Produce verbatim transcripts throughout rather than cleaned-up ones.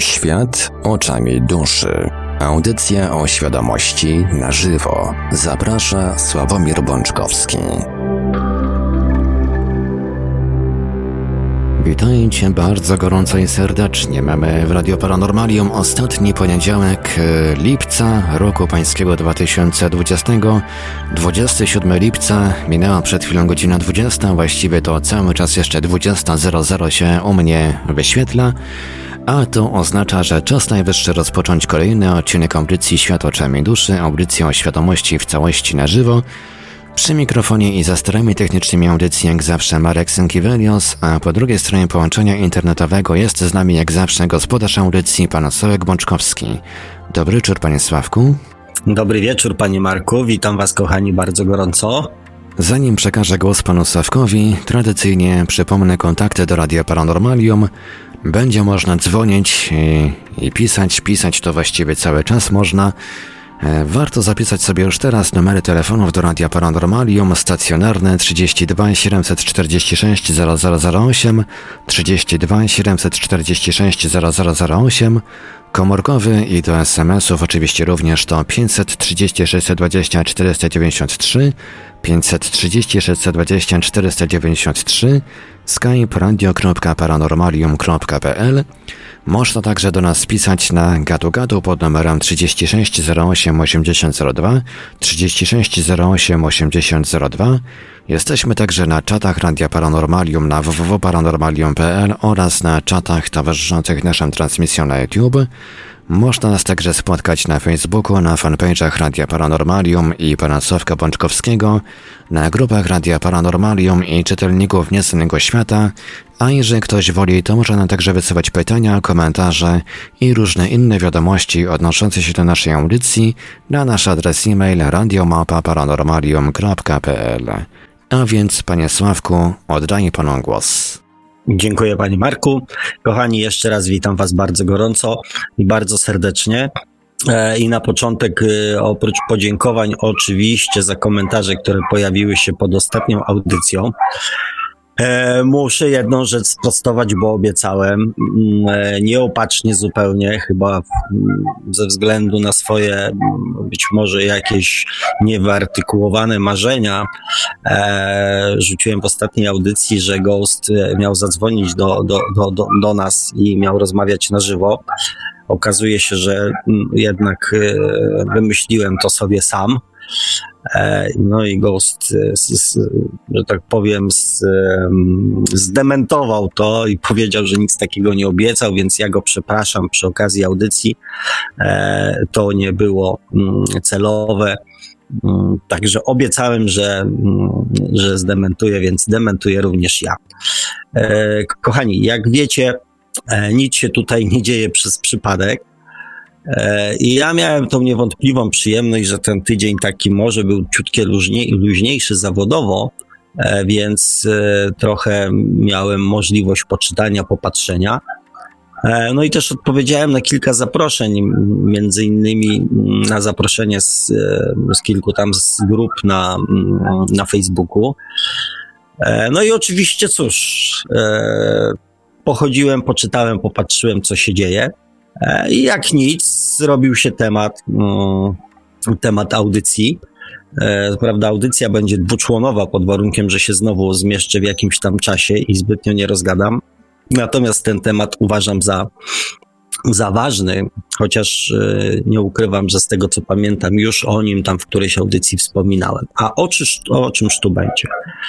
Świat oczami duszy. Audycja o świadomości na żywo. Zaprasza Sławomir Bączkowski. Witajcie bardzo gorąco i serdecznie. Mamy w Radio Paranormalium ostatni poniedziałek lipca roku pańskiego dwa tysiące dwudziestego. dwudziestego siódmego lipca, minęła przed chwilą godzina dwudziesta, właściwie to cały czas jeszcze dwudziesta zero zero się u mnie wyświetla. A to oznacza, że czas najwyższy rozpocząć kolejny odcinek audycji Świat oczami duszy, audycję o świadomości w całości na żywo. Przy mikrofonie i za sterami technicznymi audycji jak zawsze Marek Sękiewelios, a po drugiej stronie połączenia internetowego jest z nami jak zawsze gospodarz audycji, pan Sławek Bączkowski. Dobry wieczór, panie Sławku. Dobry wieczór, panie Marku, witam was kochani bardzo gorąco. Zanim przekażę głos panu Sławkowi, tradycyjnie przypomnę kontakty do Radia Paranormalium. Będzie można dzwonić i, i pisać, pisać to właściwie cały czas można. Warto zapisać sobie już teraz numery telefonów do Radia Paranormalium, stacjonarne trzydzieści dwa siedemset czterdzieści sześć zero zero zero osiem, trzydzieści dwa siedemset czterdzieści sześć zero zero zero osiem, komórkowy i do es em esów oczywiście również to pięćset trzydzieści sześć dwadzieścia czterysta dziewięćdziesiąt trzy, pięćset trzydzieści sześć dwadzieścia czterysta dziewięćdziesiąt trzy, skype radio kropka paranormalium kropka p l. Można także do nas pisać na gadu-gadu pod numerem trzydzieści sześć zero osiem osiemdziesiąt zero dwa, trzydzieści sześć zero osiem osiemdziesiąt zero dwa. Jesteśmy także na czatach Radia Paranormalium na w w w kropka paranormalium kropka p l oraz na czatach towarzyszących naszym transmisjom na YouTube. Można nas także spotkać na Facebooku, na fanpage'ach Radia Paranormalium i pana Sławka Bączkowskiego, na grupach Radia Paranormalium i czytelników Nieznanego Świata, a jeżeli ktoś woli, to może nam także wysyłać pytania, komentarze i różne inne wiadomości odnoszące się do naszej audycji na nasz adres e-mail radio małpa paranormalium kropka p l. A więc, panie Sławku, oddaję panu głos. Dziękuję panie Marku. Kochani, jeszcze raz witam was bardzo gorąco i bardzo serdecznie. I na początek, oprócz podziękowań oczywiście za komentarze, które pojawiły się pod ostatnią audycją, muszę jedną rzecz sprostować, bo obiecałem, nieopatrznie zupełnie, chyba ze względu na swoje być może jakieś niewyartykułowane marzenia, rzuciłem w ostatniej audycji, że Ghost miał zadzwonić do, do, do, do, do nas i miał rozmawiać na żywo. Okazuje się, że jednak wymyśliłem to sobie sam. No i Ghost, że tak powiem, zdementował to i powiedział, że nic takiego nie obiecał, więc ja go przepraszam przy okazji audycji. To nie było celowe. Także obiecałem, że, że zdementuję, więc dementuję również ja. Kochani, jak wiecie, nic się tutaj nie dzieje przez przypadek. I ja miałem tą niewątpliwą przyjemność, że ten tydzień taki może był ciutkie luźniej, luźniejszy zawodowo, więc trochę miałem możliwość poczytania, popatrzenia. No i też odpowiedziałem na kilka zaproszeń, między innymi na zaproszenie z, z kilku tam z grup na, na Facebooku. No i oczywiście cóż, pochodziłem, poczytałem, popatrzyłem, co się dzieje. I jak nic, zrobił się temat, temat audycji. Prawda, audycja będzie dwuczłonowa pod warunkiem, że się znowu zmieszczę w jakimś tam czasie i zbytnio nie rozgadam. Natomiast ten temat uważam za, za ważny, chociaż nie ukrywam, że z tego co pamiętam, już o nim tam w którejś audycji wspominałem. A o, czyż, o czymż tu będzie?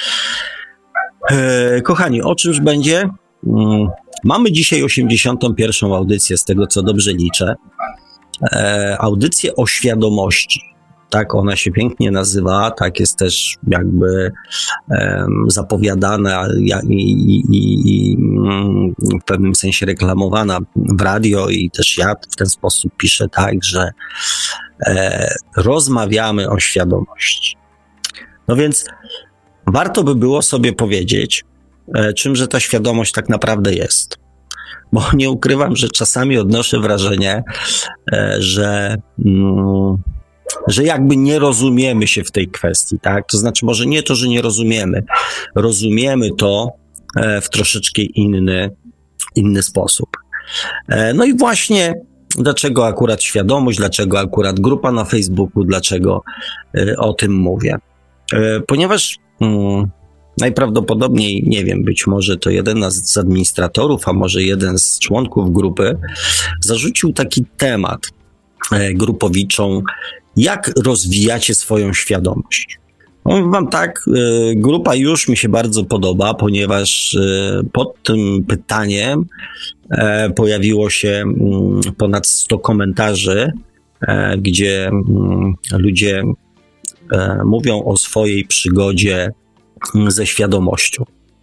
Kochani, o czymż będzie? Mamy dzisiaj osiemdziesiątą pierwszą audycję, z tego co dobrze liczę. E, audycję o świadomości. Tak ona się pięknie nazywa, tak jest też jakby e, zapowiadana i, i, i w pewnym sensie reklamowana w radio i też ja w ten sposób piszę tak, że e, rozmawiamy o świadomości. No więc warto by było sobie powiedzieć, czymże ta świadomość tak naprawdę jest. Bo nie ukrywam, że czasami odnoszę wrażenie, że, że jakby nie rozumiemy się w tej kwestii, tak? To znaczy może nie to, że nie rozumiemy. Rozumiemy to w troszeczkę inny, inny sposób. No i właśnie dlaczego akurat świadomość, dlaczego akurat grupa na Facebooku, dlaczego o tym mówię. Ponieważ hmm, najprawdopodobniej, nie wiem, być może to jeden z administratorów, a może jeden z członków grupy zarzucił taki temat grupowiczom, jak rozwijacie swoją świadomość. Powiem wam tak, grupa już mi się bardzo podoba, ponieważ pod tym pytaniem pojawiło się ponad sto komentarzy, gdzie ludzie mówią o swojej przygodzie ze świadomością.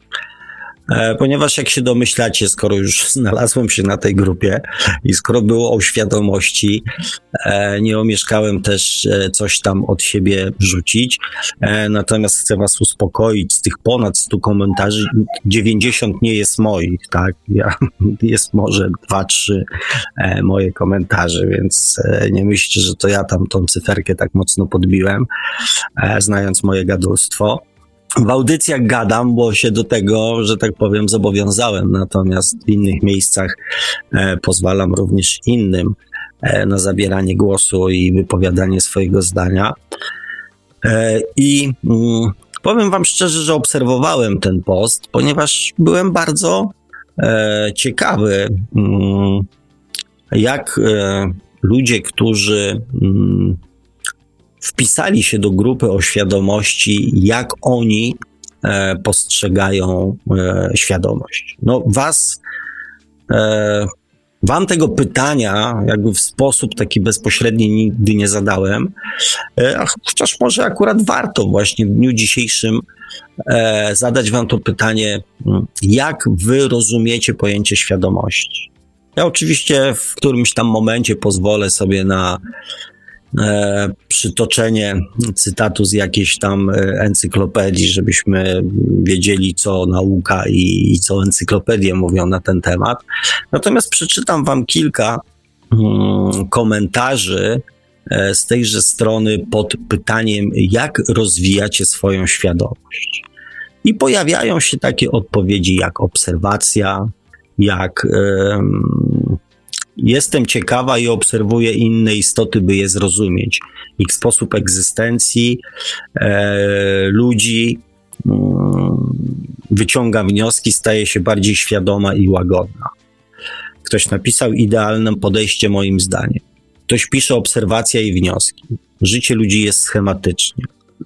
Ponieważ jak się domyślacie, skoro już znalazłem się na tej grupie i skoro było o świadomości, nie omieszkałem też coś tam od siebie wrzucić. Natomiast chcę was uspokoić, z tych ponad stu komentarzy dziewięćdziesiąt nie jest moich, tak? Ja, jest może dwa, trzy moje komentarze, więc nie myślcie, że to ja tam tą cyferkę tak mocno podbiłem, znając moje gadulstwo. W audycjach gadam, bo się do tego, że tak powiem, zobowiązałem, natomiast w innych miejscach e, pozwalam również innym e, na zabieranie głosu i wypowiadanie swojego zdania. E, I mm, powiem wam szczerze, że obserwowałem ten post, ponieważ byłem bardzo e, ciekawy, mm, jak e, ludzie, którzy mm, wpisali się do grupy o świadomości, jak oni e, postrzegają e, świadomość. No was, e, wam tego pytania jakby w sposób taki bezpośredni nigdy nie zadałem, e, chociaż może akurat warto właśnie w dniu dzisiejszym e, zadać wam to pytanie, jak wy rozumiecie pojęcie świadomości. Ja oczywiście w którymś tam momencie pozwolę sobie na E, przytoczenie cytatu z jakiejś tam encyklopedii, żebyśmy wiedzieli, co nauka i, i co encyklopedie mówią na ten temat. Natomiast przeczytam wam kilka mm, komentarzy e, z tejże strony pod pytaniem, jak rozwijacie swoją świadomość. I pojawiają się takie odpowiedzi jak obserwacja, jak e, jestem ciekawa i obserwuję inne istoty, by je zrozumieć. Ich sposób egzystencji, e, ludzi, mm, wyciąga wnioski, staje się bardziej świadoma i łagodna. Ktoś napisał idealne podejście moim zdaniem. Ktoś pisze obserwacja i wnioski. Życie ludzi jest schematyczne.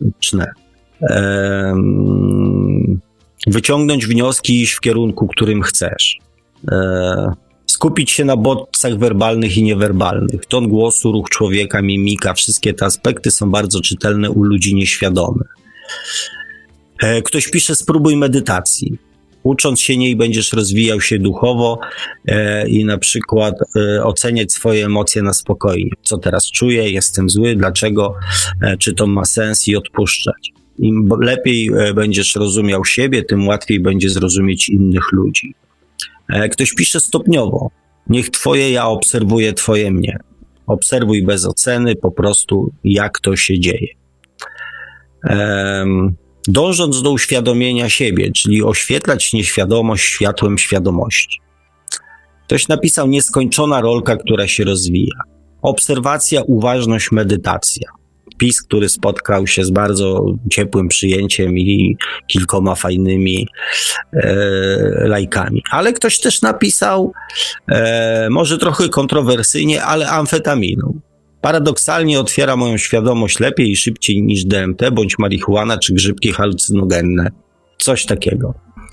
E, wyciągnąć wnioski i iść w kierunku, którym chcesz. E, Skupić się na bodźcach werbalnych i niewerbalnych. Ton głosu, ruch człowieka, mimika, wszystkie te aspekty są bardzo czytelne u ludzi nieświadomych. Ktoś pisze, spróbuj medytacji. Ucząc się niej będziesz rozwijał się duchowo e, i na przykład e, oceniać swoje emocje na spokojnie. Co teraz czuję, jestem zły, dlaczego, e, czy to ma sens i odpuszczać. Im lepiej e, będziesz rozumiał siebie, tym łatwiej będzie zrozumieć innych ludzi. Ktoś pisze stopniowo. Niech twoje ja obserwuje twoje mnie. Obserwuj bez oceny, po prostu jak to się dzieje. Um, dążąc do uświadomienia siebie, czyli oświetlać nieświadomość światłem świadomości. Ktoś napisał nieskończona rolka, która się rozwija. Obserwacja, uważność, medytacja. Wpis, który spotkał się z bardzo ciepłym przyjęciem i kilkoma fajnymi e, lajkami. Ale ktoś też napisał, e, może trochę kontrowersyjnie, ale amfetaminą. Paradoksalnie otwiera moją świadomość lepiej i szybciej niż D M T, bądź marihuana, czy grzybki halucynogenne. Coś takiego.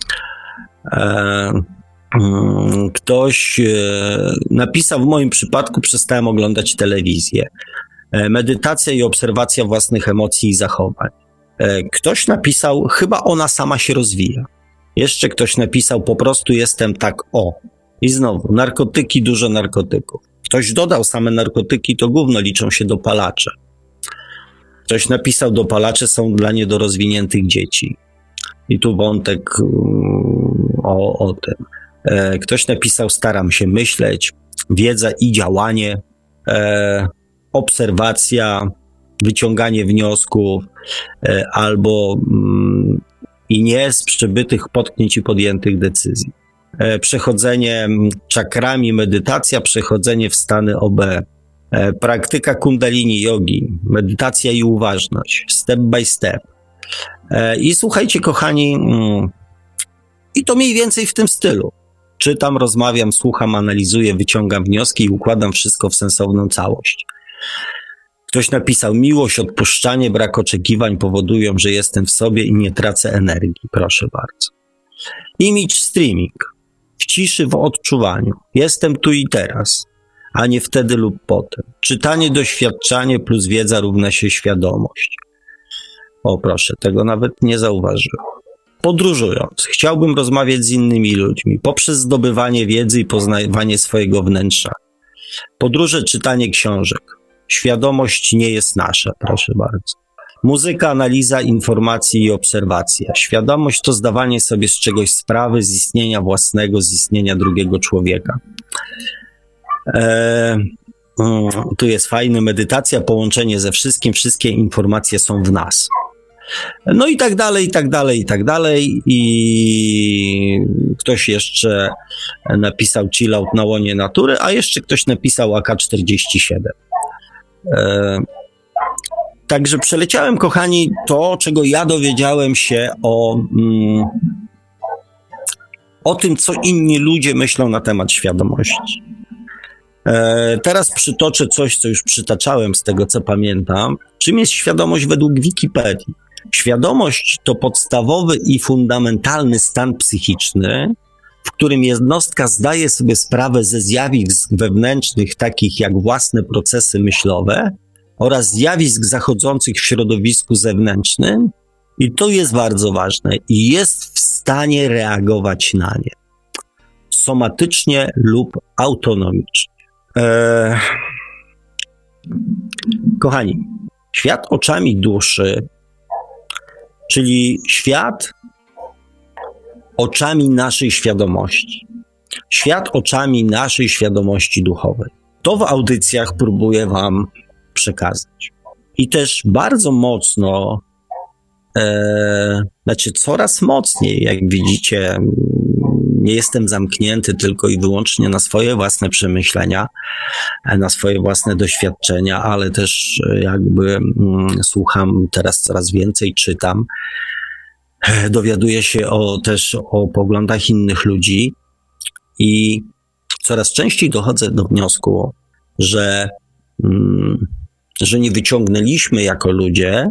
E, ktoś e, napisał, w moim przypadku przestałem oglądać telewizję. Medytacja i obserwacja własnych emocji i zachowań. Ktoś napisał, chyba ona sama się rozwija. Jeszcze ktoś napisał, po prostu jestem tak o. I znowu, narkotyki, dużo narkotyków. Ktoś dodał, same narkotyki to gówno, liczą się dopalacze. Ktoś napisał, dopalacze są dla niedorozwiniętych dzieci. I tu wątek o, o tym. Ktoś napisał, staram się myśleć, wiedza i działanie. E, obserwacja, wyciąganie wniosków e, albo mm, i nie z przebytych potknięć i podjętych decyzji. e, przechodzenie czakrami, medytacja, przechodzenie w stany O B, e, praktyka kundalini jogi, medytacja i uważność, step by step. E, I słuchajcie, kochani, mm, i to mniej więcej w tym stylu. Czytam, rozmawiam, słucham, analizuję, wyciągam wnioski i układam wszystko w sensowną całość. Ktoś napisał, miłość, odpuszczanie, brak oczekiwań powodują, że jestem w sobie i nie tracę energii. Proszę bardzo. Image streaming. W ciszy, w odczuwaniu. Jestem tu i teraz, a nie wtedy lub potem. Czytanie, doświadczanie plus wiedza równa się świadomość. O proszę, tego nawet nie zauważyłem. Podróżując, chciałbym rozmawiać z innymi ludźmi poprzez zdobywanie wiedzy i poznawanie swojego wnętrza. Podróże, czytanie książek. Świadomość nie jest nasza, proszę bardzo. Muzyka, analiza, informacji i obserwacja. Świadomość to zdawanie sobie z czegoś sprawy, z istnienia własnego, z istnienia drugiego człowieka. Eee, mm, tu jest fajne, medytacja, połączenie ze wszystkim, wszystkie informacje są w nas. No i tak dalej, i tak dalej, i tak dalej. I ktoś jeszcze napisał chill out na łonie natury, a jeszcze ktoś napisał A K czterdzieści siedem. E, także przeleciałem, kochani, to, czego ja dowiedziałem się o, mm, o tym, co inni ludzie myślą na temat świadomości. E, teraz przytoczę coś, co już przytaczałem z tego, co pamiętam. Czym jest świadomość według Wikipedii? Świadomość to podstawowy i fundamentalny stan psychiczny, w którym jednostka zdaje sobie sprawę ze zjawisk wewnętrznych, takich jak własne procesy myślowe oraz zjawisk zachodzących w środowisku zewnętrznym, i to jest bardzo ważne, i jest w stanie reagować na nie somatycznie lub autonomicznie. Eee... Kochani, świat oczami duszy, czyli świat oczami naszej świadomości. Świat oczami naszej świadomości duchowej. To w audycjach próbuję wam przekazać. I też bardzo mocno, e, znaczy coraz mocniej, jak widzicie, nie jestem zamknięty tylko i wyłącznie na swoje własne przemyślenia, na swoje własne doświadczenia, ale też jakby mm, słucham teraz coraz więcej, czytam, dowiaduję się o, też o poglądach innych ludzi i coraz częściej dochodzę do wniosku, że, mm, że nie wyciągnęliśmy jako ludzie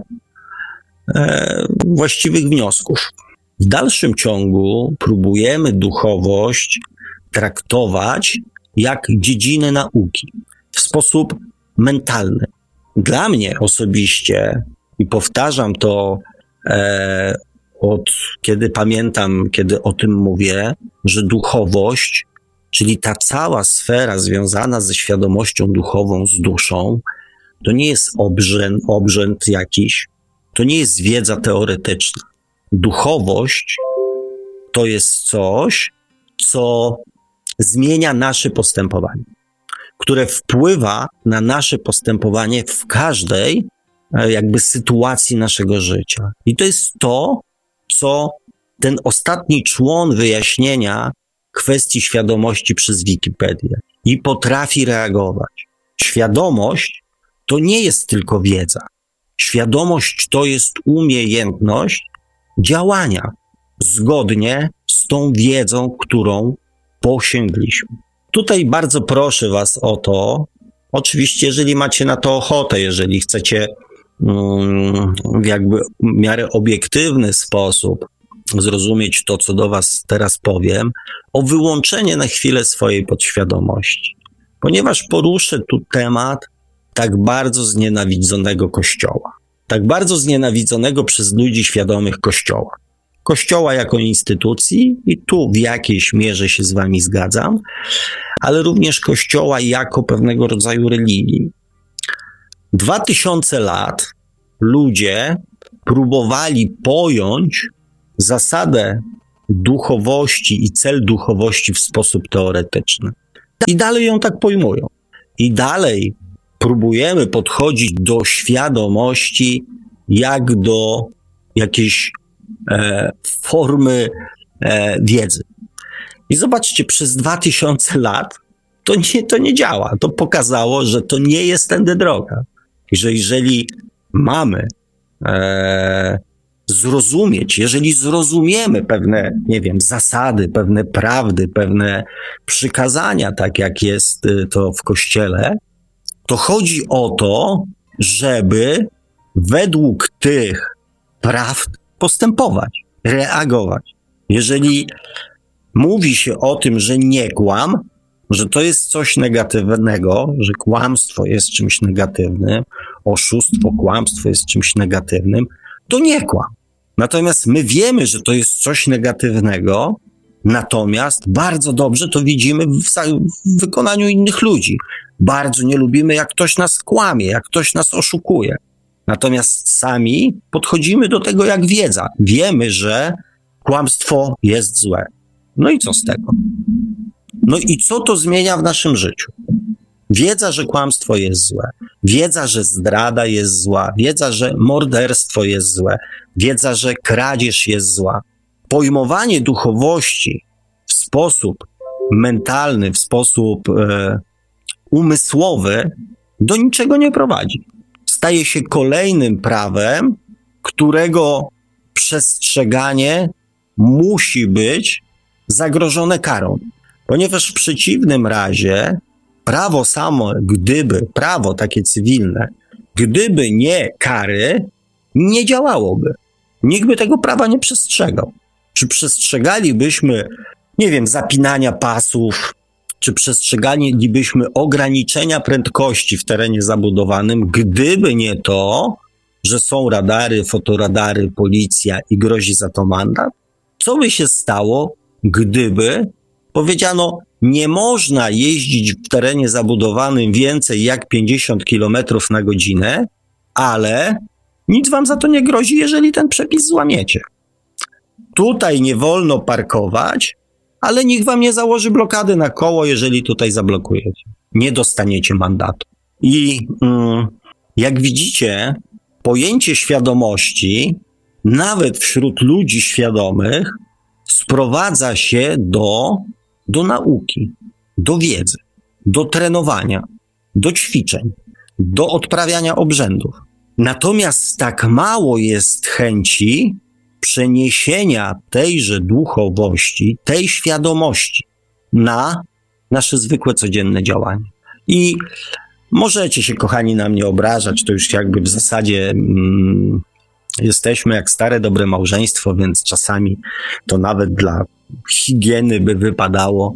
e, właściwych wniosków. W dalszym ciągu próbujemy duchowość traktować jak dziedzinę nauki w sposób mentalny. Dla mnie osobiście, i powtarzam to e, od kiedy pamiętam, kiedy o tym mówię, że duchowość, czyli ta cała sfera związana ze świadomością duchową, z duszą, to nie jest obrzęd, obrzęd jakiś, to nie jest wiedza teoretyczna. Duchowość to jest coś, co zmienia nasze postępowanie, które wpływa na nasze postępowanie w każdej jakby sytuacji naszego życia. I to jest to, co ten ostatni człon wyjaśnienia kwestii świadomości przez Wikipedię i potrafi reagować. Świadomość to nie jest tylko wiedza. Świadomość to jest umiejętność działania zgodnie z tą wiedzą, którą posięgliśmy. Tutaj bardzo proszę was o to, oczywiście jeżeli macie na to ochotę, jeżeli chcecie um, w jakby w miarę obiektywny sposób zrozumieć to, co do was teraz powiem, o wyłączenie na chwilę swojej podświadomości. Ponieważ poruszę tu temat tak bardzo znienawidzonego Kościoła. Tak bardzo znienawidzonego przez ludzi świadomych Kościoła. Kościoła jako instytucji, i tu w jakiejś mierze się z wami zgadzam, ale również Kościoła jako pewnego rodzaju religii. Dwa tysiące lat ludzie próbowali pojąć zasadę duchowości i cel duchowości w sposób teoretyczny. I dalej ją tak pojmują. I dalej próbujemy podchodzić do świadomości jak do jakiejś e, formy e, wiedzy. I zobaczcie, przez dwa tysiące lat to nie, to nie działa. To pokazało, że to nie jest tędy droga. I że jeżeli mamy e, zrozumieć, jeżeli zrozumiemy pewne, nie wiem, zasady, pewne prawdy, pewne przykazania, tak jak jest to w Kościele, to chodzi o to, żeby według tych prawd postępować, reagować. Jeżeli mówi się o tym, że nie kłam, że to jest coś negatywnego, że kłamstwo jest czymś negatywnym, oszustwo, kłamstwo jest czymś negatywnym, to nie kłam. Natomiast my wiemy, że to jest coś negatywnego, natomiast bardzo dobrze to widzimy w, w wykonaniu innych ludzi. Bardzo nie lubimy, jak ktoś nas kłamie, jak ktoś nas oszukuje. Natomiast sami podchodzimy do tego jak wiedza. Wiemy, że kłamstwo jest złe. No i co z tego? No i co to zmienia w naszym życiu? Wiedza, że kłamstwo jest złe. Wiedza, że zdrada jest zła. Wiedza, że morderstwo jest złe. Wiedza, że kradzież jest zła. Pojmowanie duchowości w sposób mentalny, w sposób e, umysłowy do niczego nie prowadzi. Staje się kolejnym prawem, którego przestrzeganie musi być zagrożone karą. Ponieważ w przeciwnym razie prawo samo, gdyby, prawo takie cywilne, gdyby nie kary, nie działałoby. Nikt by tego prawa nie przestrzegał. Czy przestrzegalibyśmy, nie wiem, zapinania pasów, czy przestrzegalibyśmy ograniczenia prędkości w terenie zabudowanym, gdyby nie to, że są radary, fotoradary, policja i grozi za to mandat? Co by się stało, gdyby powiedziano, nie można jeździć w terenie zabudowanym więcej jak pięćdziesiąt kilometrów na godzinę, ale nic wam za to nie grozi, jeżeli ten przepis złamiecie. Tutaj nie wolno parkować, ale nikt wam nie założy blokady na koło, jeżeli tutaj zablokujecie. Nie dostaniecie mandatu. I mm, jak widzicie, pojęcie świadomości, nawet wśród ludzi świadomych, sprowadza się do, do nauki, do wiedzy, do trenowania, do ćwiczeń, do odprawiania obrzędów. Natomiast tak mało jest chęci przeniesienia tejże duchowości, tej świadomości na nasze zwykłe, codzienne działanie. I możecie się, kochani, na mnie obrażać, to już jakby w zasadzie mm, jesteśmy jak stare, dobre małżeństwo, więc czasami to nawet dla higieny by wypadało.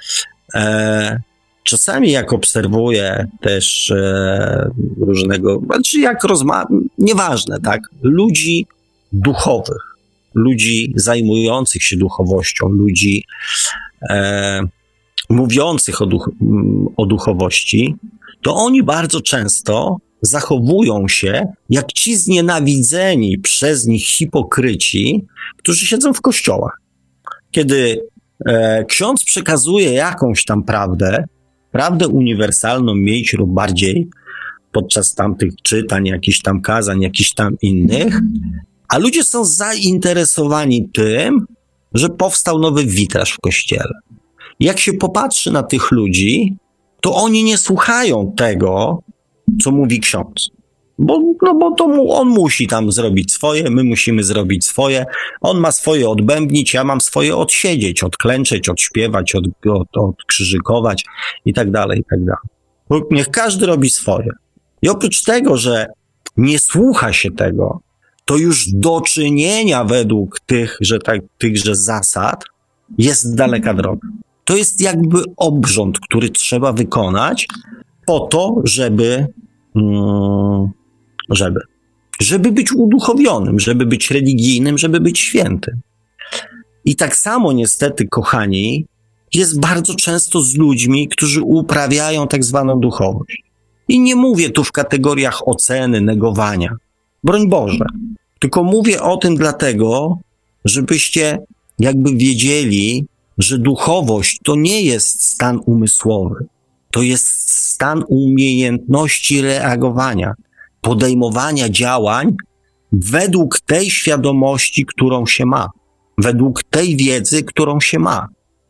E, czasami jak obserwuję też e, różnego, znaczy jak rozmawiam, nieważne, tak, ludzi duchowych, ludzi zajmujących się duchowością, ludzi e, mówiących o, duch, o duchowości, to oni bardzo często zachowują się jak ci znienawidzeni przez nich hipokryci, którzy siedzą w kościołach. Kiedy e, ksiądz przekazuje jakąś tam prawdę, prawdę uniwersalną, mniej lub bardziej, podczas tamtych czytań, jakichś tam kazań, jakichś tam innych, a ludzie są zainteresowani tym, że powstał nowy witraż w kościele. Jak się popatrzy na tych ludzi, to oni nie słuchają tego, co mówi ksiądz. Bo, no bo to mu, on musi tam zrobić swoje, my musimy zrobić swoje. On ma swoje odbębnić, ja mam swoje odsiedzieć, odklęczeć, odśpiewać, od, od, odkrzyżykować i tak dalej, i tak dalej. Bo niech każdy robi swoje. I oprócz tego, że nie słucha się tego, to już do czynienia według tych, że tak, tychże zasad jest daleka droga. To jest jakby obrząd, który trzeba wykonać po to, żeby, mm, żeby, żeby być uduchowionym, żeby być religijnym, żeby być świętym. I tak samo niestety, kochani, jest bardzo często z ludźmi, którzy uprawiają tak zwaną duchowość. I nie mówię tu w kategoriach oceny, negowania. Broń Boże. Tylko mówię o tym dlatego, żebyście jakby wiedzieli, że duchowość to nie jest stan umysłowy. To jest stan umiejętności reagowania, podejmowania działań według tej świadomości, którą się ma, według tej wiedzy, którą się ma.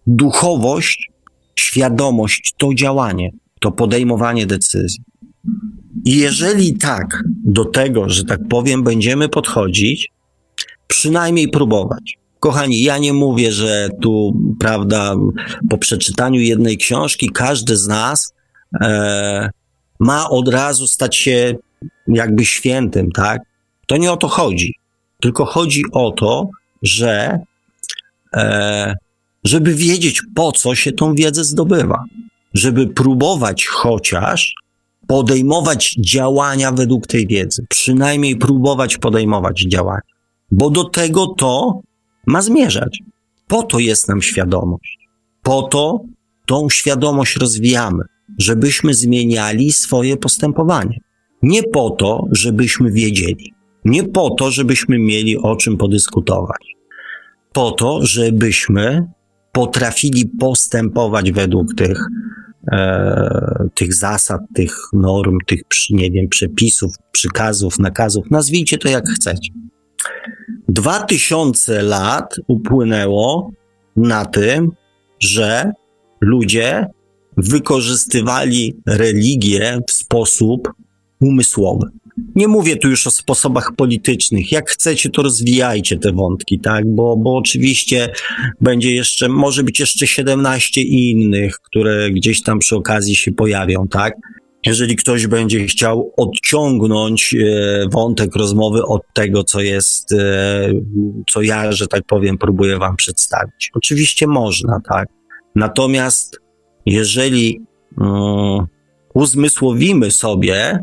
duchowość, świadomość to działanie, to podejmowanie decyzji. I jeżeli tak do tego, że tak powiem, będziemy podchodzić, przynajmniej próbować. Kochani, ja nie mówię, że tu, prawda, po przeczytaniu jednej książki każdy z nas e, ma od razu stać się jakby świętym, tak? To nie o to chodzi. Tylko chodzi o to, że e, żeby wiedzieć, po co się tą wiedzę zdobywa. Żeby próbować chociaż podejmować działania według tej wiedzy. Przynajmniej próbować podejmować działania. Bo do tego to ma zmierzać. Po to jest nam świadomość. Po to tą świadomość rozwijamy, żebyśmy zmieniali swoje postępowanie. Nie po to, żebyśmy wiedzieli. Nie po to, żebyśmy mieli o czym podyskutować. Po to, żebyśmy potrafili postępować według tych, e, tych zasad, tych norm, tych, nie wiem, przepisów, przykazów, nakazów. Nazwijcie to jak chcecie. Dwa tysiące lat upłynęło na tym, że ludzie wykorzystywali religię w sposób umysłowy. Nie mówię tu już o sposobach politycznych. Jak chcecie, to rozwijajcie te wątki, tak? Bo, bo oczywiście będzie jeszcze, może być jeszcze siedemnaście innych, które gdzieś tam przy okazji się pojawią, tak? Jeżeli ktoś będzie chciał odciągnąć e, wątek rozmowy od tego, co jest, e, co ja, że tak powiem, próbuję wam przedstawić. Oczywiście można, tak? Natomiast jeżeli um, uzmysłowimy sobie,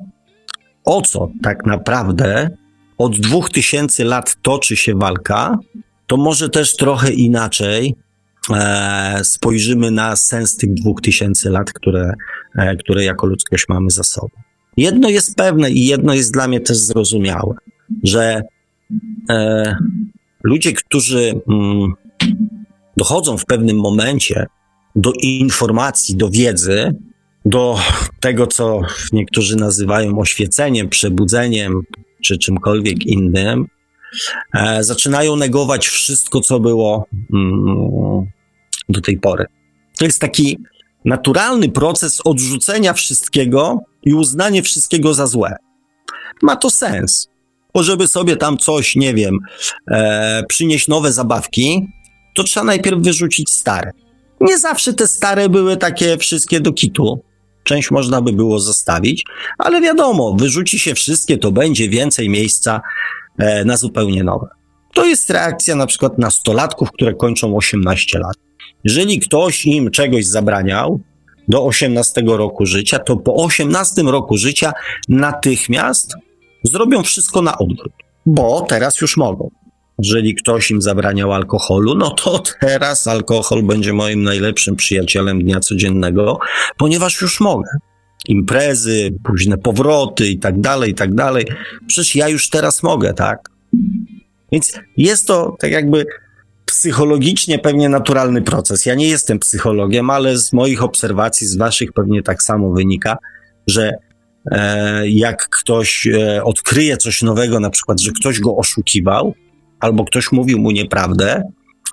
o co tak naprawdę od dwóch tysięcy lat toczy się walka, to może też trochę inaczej e, spojrzymy na sens tych dwóch tysięcy lat, które, e, które jako ludzkość mamy za sobą. Jedno jest pewne i jedno jest dla mnie też zrozumiałe, że e, ludzie, którzy mm, dochodzą w pewnym momencie do informacji, do wiedzy, do tego, co niektórzy nazywają oświeceniem, przebudzeniem, czy czymkolwiek innym, e, zaczynają negować wszystko, co było mm, do tej pory. To jest taki naturalny proces odrzucenia wszystkiego i uznanie wszystkiego za złe. Ma to sens, bo żeby sobie tam coś, nie wiem, e, przynieść nowe zabawki, to trzeba najpierw wyrzucić stare. Nie zawsze te stare były takie wszystkie do kitu. Część można by było zostawić, ale wiadomo, wyrzuci się wszystkie, to będzie więcej miejsca e, na zupełnie nowe. To jest reakcja na przykład nastolatków, które kończą osiemnaście lat. Jeżeli ktoś im czegoś zabraniał do osiemnastego roku życia, to po osiemnastym roku życia natychmiast zrobią wszystko na odwrót, bo teraz już mogą. Jeżeli ktoś im zabraniał alkoholu, no to teraz alkohol będzie moim najlepszym przyjacielem dnia codziennego, ponieważ już mogę. Imprezy, późne powroty i tak dalej, i tak dalej. Przecież ja już teraz mogę, tak? Więc jest to tak jakby psychologicznie pewnie naturalny proces. Ja nie jestem psychologiem, ale z moich obserwacji, z waszych pewnie tak samo wynika, że e, jak ktoś e, odkryje coś nowego, na przykład, że ktoś go oszukiwał, albo ktoś mówił mu nieprawdę,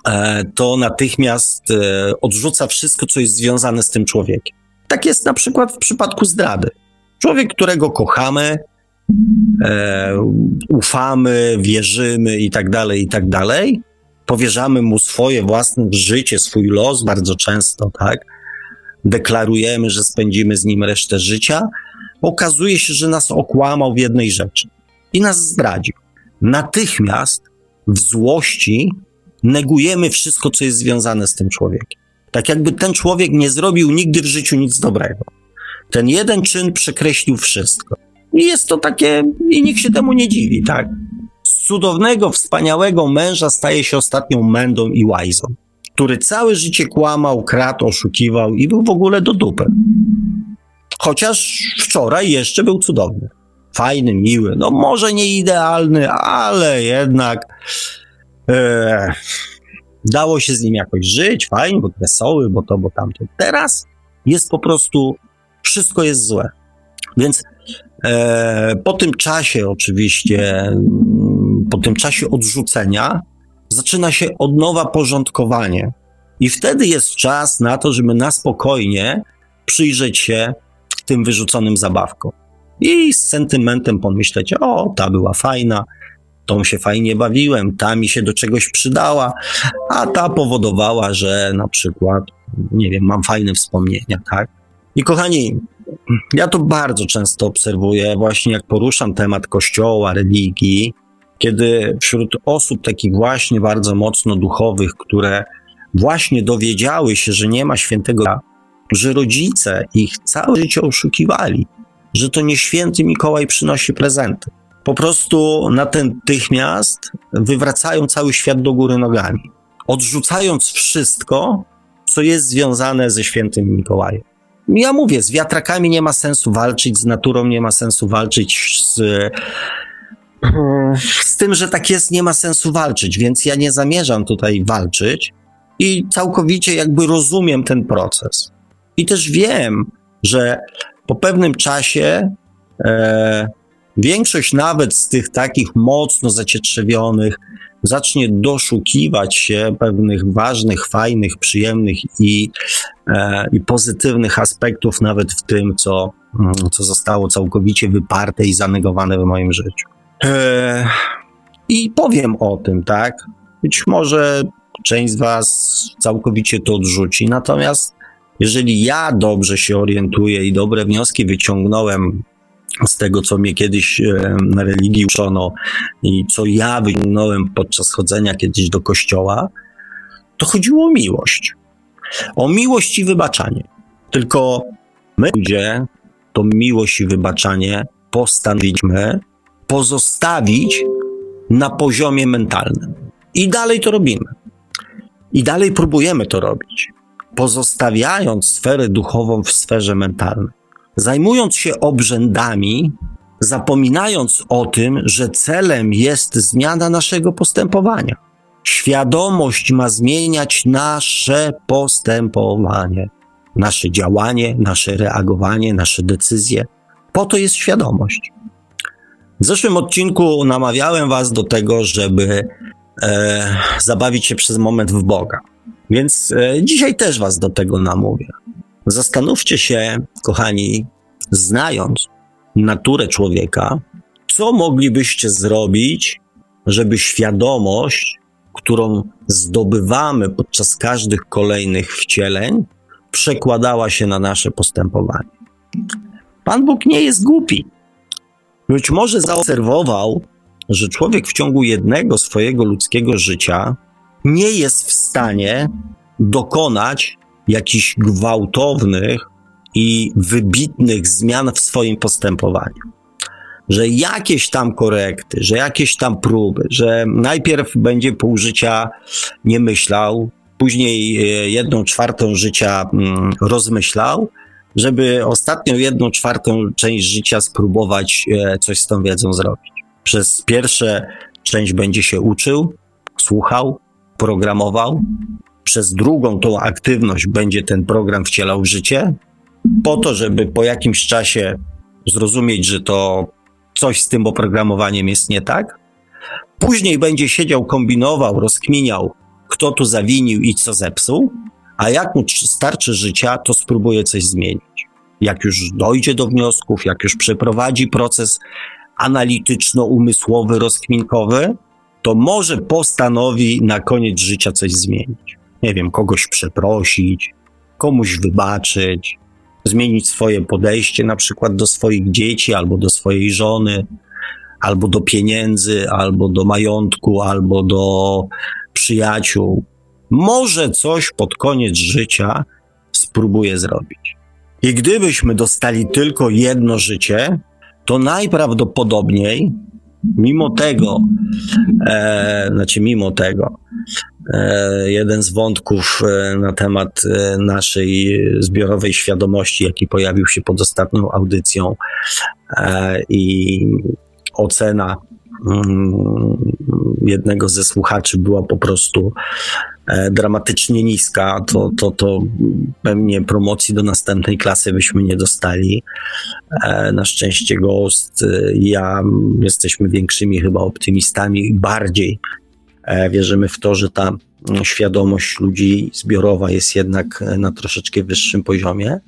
to natychmiast odrzuca wszystko, co jest związane z tym człowiekiem. Tak jest na przykład w przypadku zdrady. Człowiek, którego kochamy, e, ufamy, wierzymy i tak dalej, i tak dalej, powierzamy mu swoje własne życie, swój los bardzo często, tak? Deklarujemy, że spędzimy z nim resztę życia. Okazuje się, że nas okłamał w jednej rzeczy i nas zdradził. Natychmiast w złości negujemy wszystko, co jest związane z tym człowiekiem. Tak jakby ten człowiek nie zrobił nigdy w życiu nic dobrego. Ten jeden czyn przekreślił wszystko. I jest to takie, i nikt się temu nie dziwi, tak? Z cudownego, wspaniałego męża staje się ostatnią mędą i łajzą, który całe życie kłamał, kradł, oszukiwał i był w ogóle do dupy. Chociaż wczoraj jeszcze był cudowny. Fajny, miły, no może nie idealny, ale jednak e, dało się z nim jakoś żyć, fajnie, bo wesoły, bo to, bo tamto. Teraz jest po prostu, wszystko jest złe. Więc e, po tym czasie oczywiście, po tym czasie odrzucenia zaczyna się od nowa porządkowanie I wtedy jest czas na to, żeby na spokojnie przyjrzeć się tym wyrzuconym zabawkom. I z sentymentem pomyśleć, o, ta była fajna, tą się fajnie bawiłem, ta mi się do czegoś przydała, a ta powodowała, że na przykład, nie wiem, mam fajne wspomnienia, tak? I kochani, ja to bardzo często obserwuję, właśnie jak poruszam temat kościoła, religii, kiedy wśród osób takich właśnie bardzo mocno duchowych, które właśnie dowiedziały się, że nie ma świętego, że rodzice ich całe życie oszukiwali, że to nie święty Mikołaj przynosi prezenty. Po prostu natychmiast wywracają cały świat do góry nogami, odrzucając wszystko, co jest związane ze świętym Mikołajem. Ja mówię, z wiatrakami nie ma sensu walczyć, z naturą nie ma sensu walczyć, z, z tym, że tak jest, nie ma sensu walczyć, więc ja nie zamierzam tutaj walczyć i całkowicie jakby rozumiem ten proces. I też wiem, że po pewnym czasie e, większość nawet z tych takich mocno zacietrzewionych zacznie doszukiwać się pewnych ważnych, fajnych, przyjemnych i, e, i pozytywnych aspektów nawet w tym, co, co zostało całkowicie wyparte i zanegowane w moim życiu. E, I powiem o tym, tak? Być może część z was całkowicie to odrzuci, natomiast jeżeli ja dobrze się orientuję i dobre wnioski wyciągnąłem z tego, co mnie kiedyś e, na religii uczono i co ja wyciągnąłem podczas chodzenia kiedyś do kościoła, to chodziło o miłość. O miłość i wybaczanie. Tylko my, ludzie, to miłość i wybaczanie postanowiliśmy pozostawić na poziomie mentalnym. I dalej to robimy. I dalej próbujemy to robić, pozostawiając sferę duchową w sferze mentalnej. Zajmując się obrzędami, zapominając o tym, że celem jest zmiana naszego postępowania. Świadomość ma zmieniać nasze postępowanie, nasze działanie, nasze reagowanie, nasze decyzje. Po to jest świadomość. W zeszłym odcinku namawiałem was do tego, żeby e, zabawić się przez moment w Boga. Więc e, dzisiaj też was do tego namówię. Zastanówcie się, kochani, znając naturę człowieka, co moglibyście zrobić, żeby świadomość, którą zdobywamy podczas każdych kolejnych wcieleń, przekładała się na nasze postępowanie. Pan Bóg nie jest głupi. Być może zaobserwował, że człowiek w ciągu jednego swojego ludzkiego życia nie jest w stanie dokonać jakichś gwałtownych i wybitnych zmian w swoim postępowaniu. Że jakieś tam korekty, że jakieś tam próby, że najpierw będzie pół życia nie myślał, później jedną czwartą życia rozmyślał, żeby ostatnią jedną czwartą część życia spróbować coś z tą wiedzą zrobić. Przez pierwsze część będzie się uczył, słuchał, programował. Przez drugą tą aktywność będzie ten program wcielał w życie, po to, żeby po jakimś czasie zrozumieć, że to coś z tym oprogramowaniem jest nie tak. Później będzie siedział, kombinował, rozkminiał, kto tu zawinił i co zepsuł, a jak mu starczy życia, to spróbuje coś zmienić. Jak już dojdzie do wniosków, jak już przeprowadzi proces analityczno-umysłowy, rozkminkowy, to może postanowi na koniec życia coś zmienić. Nie wiem, kogoś przeprosić, komuś wybaczyć, zmienić swoje podejście na przykład do swoich dzieci, albo do swojej żony, albo do pieniędzy, albo do majątku, albo do przyjaciół. Może coś pod koniec życia spróbuje zrobić. I gdybyśmy dostali tylko jedno życie, to najprawdopodobniej, mimo tego, e, znaczy mimo tego, e, jeden z wątków e, na temat e, naszej zbiorowej świadomości, jaki pojawił się pod ostatnią audycją e, i ocena mm, jednego ze słuchaczy była po prostu e, dramatycznie niska, to, to, to pewnie promocji do następnej klasy byśmy nie dostali. E, na szczęście Ghost i ja jesteśmy większymi chyba optymistami i bardziej e, wierzymy w to, że ta świadomość ludzi zbiorowa jest jednak na troszeczkę wyższym poziomie.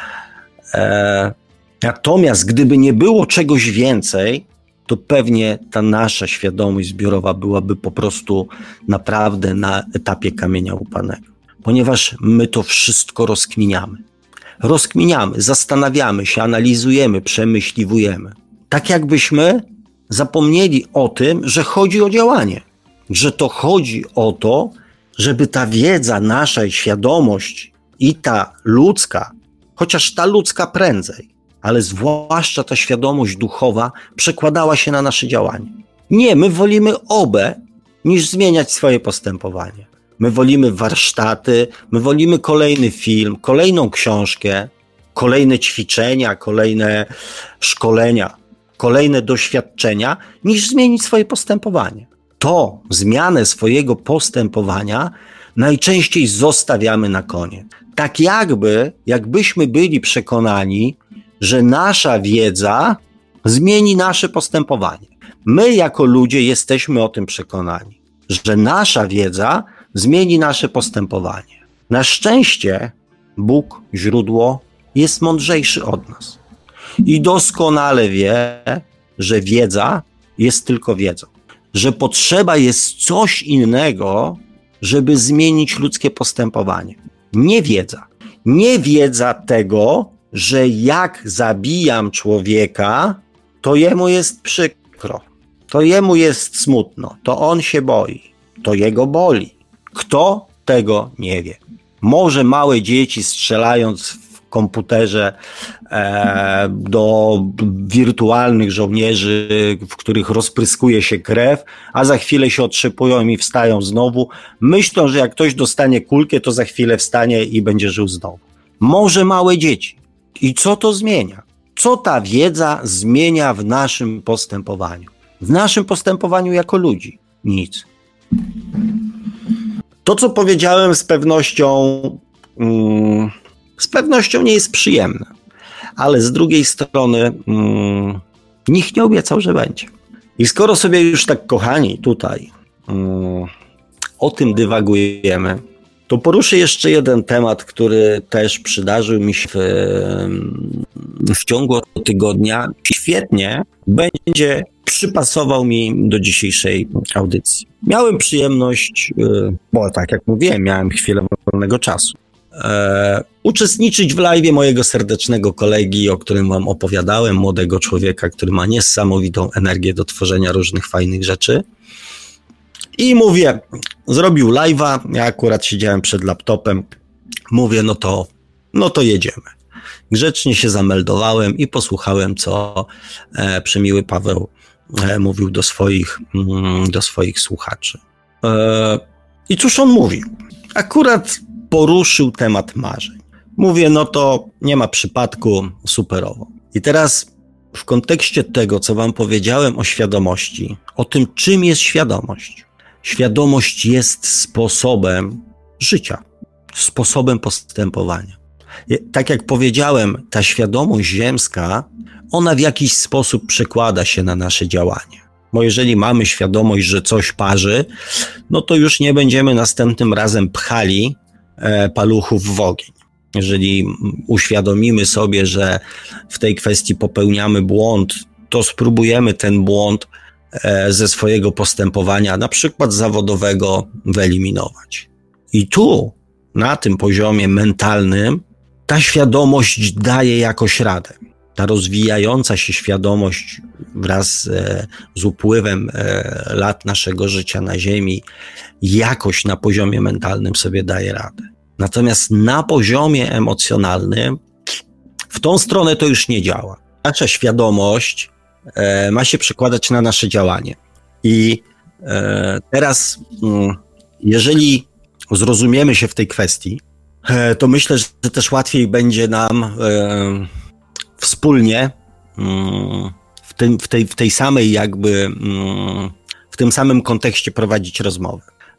Natomiast gdyby nie było czegoś więcej, to pewnie ta nasza świadomość zbiorowa byłaby po prostu naprawdę na etapie kamienia łupanego. Ponieważ my to wszystko rozkminiamy. Rozkminiamy, zastanawiamy się, analizujemy, przemyśliwujemy. Tak jakbyśmy zapomnieli o tym, że chodzi o działanie. Że to chodzi o to, żeby ta wiedza nasza i świadomość i ta ludzka, chociaż ta ludzka prędzej, ale zwłaszcza ta świadomość duchowa przekładała się na nasze działanie. Nie, my wolimy obę, niż zmieniać swoje postępowanie. My wolimy warsztaty, my wolimy kolejny film, kolejną książkę, kolejne ćwiczenia, kolejne szkolenia, kolejne doświadczenia, niż zmienić swoje postępowanie. To zmianę swojego postępowania najczęściej zostawiamy na koniec. Tak jakby, jakbyśmy byli przekonani, że nasza wiedza zmieni nasze postępowanie. My jako ludzie jesteśmy o tym przekonani, że nasza wiedza zmieni nasze postępowanie. Na szczęście Bóg, źródło, jest mądrzejszy od nas i doskonale wie, że wiedza jest tylko wiedzą, że potrzeba jest coś innego, żeby zmienić ludzkie postępowanie. Nie wiedza. Nie wiedza tego, że jak zabijam człowieka, to jemu jest przykro, to jemu jest smutno, to on się boi, to jego boli. Kto tego nie wie? Może małe dzieci strzelając w komputerze e, do wirtualnych żołnierzy, w których rozpryskuje się krew, a za chwilę się otrzepują i wstają znowu, myślą, że jak ktoś dostanie kulkę, to za chwilę wstanie i będzie żył znowu. Może małe dzieci. I co to zmienia? Co ta wiedza zmienia w naszym postępowaniu? W naszym postępowaniu jako ludzi? Nic. To, co powiedziałem, z pewnością mm, z pewnością nie jest przyjemne, ale z drugiej strony mm, nikt nie obiecał, że będzie. I skoro sobie już tak, kochani, tutaj mm, o tym dywagujemy, to poruszę jeszcze jeden temat, który też przydarzył mi się w, w ciągu tygodnia. Świetnie będzie przypasował mi do dzisiejszej audycji. Miałem przyjemność, bo tak jak mówiłem, miałem chwilę wolnego czasu, e, uczestniczyć w live'ie mojego serdecznego kolegi, o którym wam opowiadałem, młodego człowieka, który ma niesamowitą energię do tworzenia różnych fajnych rzeczy. I mówię, zrobił live'a, ja akurat siedziałem przed laptopem, mówię, no to, no to jedziemy. Grzecznie się zameldowałem i posłuchałem, co e, przemiły Paweł e, mówił do swoich, mm, do swoich słuchaczy. E, I cóż on mówił? Akurat poruszył temat marzeń. Mówię, no to nie ma przypadku, superowo. I teraz w kontekście tego, co wam powiedziałem o świadomości, o tym, czym jest świadomość. Świadomość jest sposobem życia, sposobem postępowania. Tak jak powiedziałem, ta świadomość ziemska, ona w jakiś sposób przekłada się na nasze działanie. Bo jeżeli mamy świadomość, że coś parzy, no to już nie będziemy następnym razem pchali e, paluchów w ogień. Jeżeli uświadomimy sobie, że w tej kwestii popełniamy błąd, to spróbujemy ten błąd e, ze swojego postępowania, na przykład zawodowego, wyeliminować. I tu, na tym poziomie mentalnym, ta świadomość daje jakoś radę. Ta rozwijająca się świadomość wraz e, z upływem e, lat naszego życia na Ziemi jakoś na poziomie mentalnym sobie daje radę. Natomiast na poziomie emocjonalnym w tą stronę to już nie działa. Nasza świadomość e, ma się przekładać na nasze działanie. I e, teraz, mm, jeżeli zrozumiemy się w tej kwestii, e, to myślę, że też łatwiej będzie nam e, wspólnie mm, w, tym, w, tej, w tej samej jakby, mm, w tym samym kontekście prowadzić rozmowę.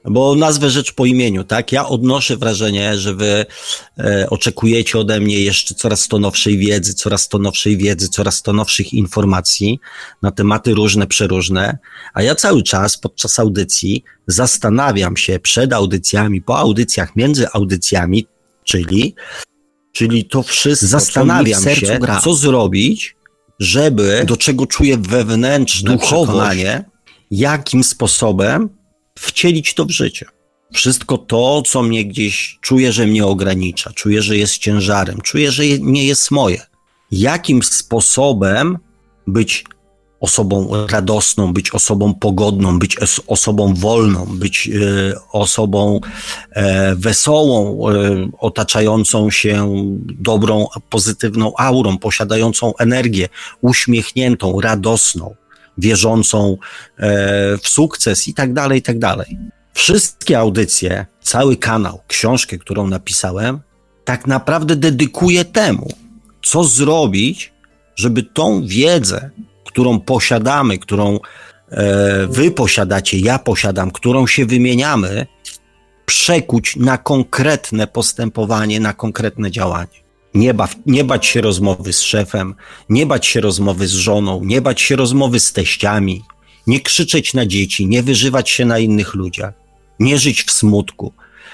bo nazwę rzecz po imieniu, tak? Ja odnoszę wrażenie, że wy e, oczekujecie ode mnie jeszcze coraz to nowszej wiedzy, coraz to nowszej wiedzy, coraz to nowszych informacji na tematy różne, przeróżne, a ja cały czas podczas audycji zastanawiam się przed audycjami, po audycjach, między audycjami, czyli, czyli to wszystko, zastanawiam co mi w sercu się, gra. Co zrobić, żeby, do czego czuję wewnętrzne przekonanie, jakim sposobem wcielić to w życie. Wszystko to, co mnie gdzieś czuję, że mnie ogranicza, czuję, że jest ciężarem, czuję, że nie jest moje. Jakim sposobem być osobą radosną, być osobą pogodną, być osobą wolną, być y, osobą e, wesołą, e, otaczającą się dobrą, pozytywną aurą, posiadającą energię, uśmiechniętą, radosną, wierzącą e, w sukces i tak dalej, i tak dalej. Wszystkie audycje, cały kanał, książkę, którą napisałem, tak naprawdę dedykuję temu, co zrobić, żeby tą wiedzę, którą posiadamy, którą e, wy posiadacie, ja posiadam, którą się wymieniamy, przekuć na konkretne postępowanie, na konkretne działanie. Nie, ba, nie bać się rozmowy z szefem, nie bać się rozmowy z żoną, nie bać się rozmowy z teściami, nie krzyczeć na dzieci, nie wyżywać się na innych ludziach, nie żyć w smutku,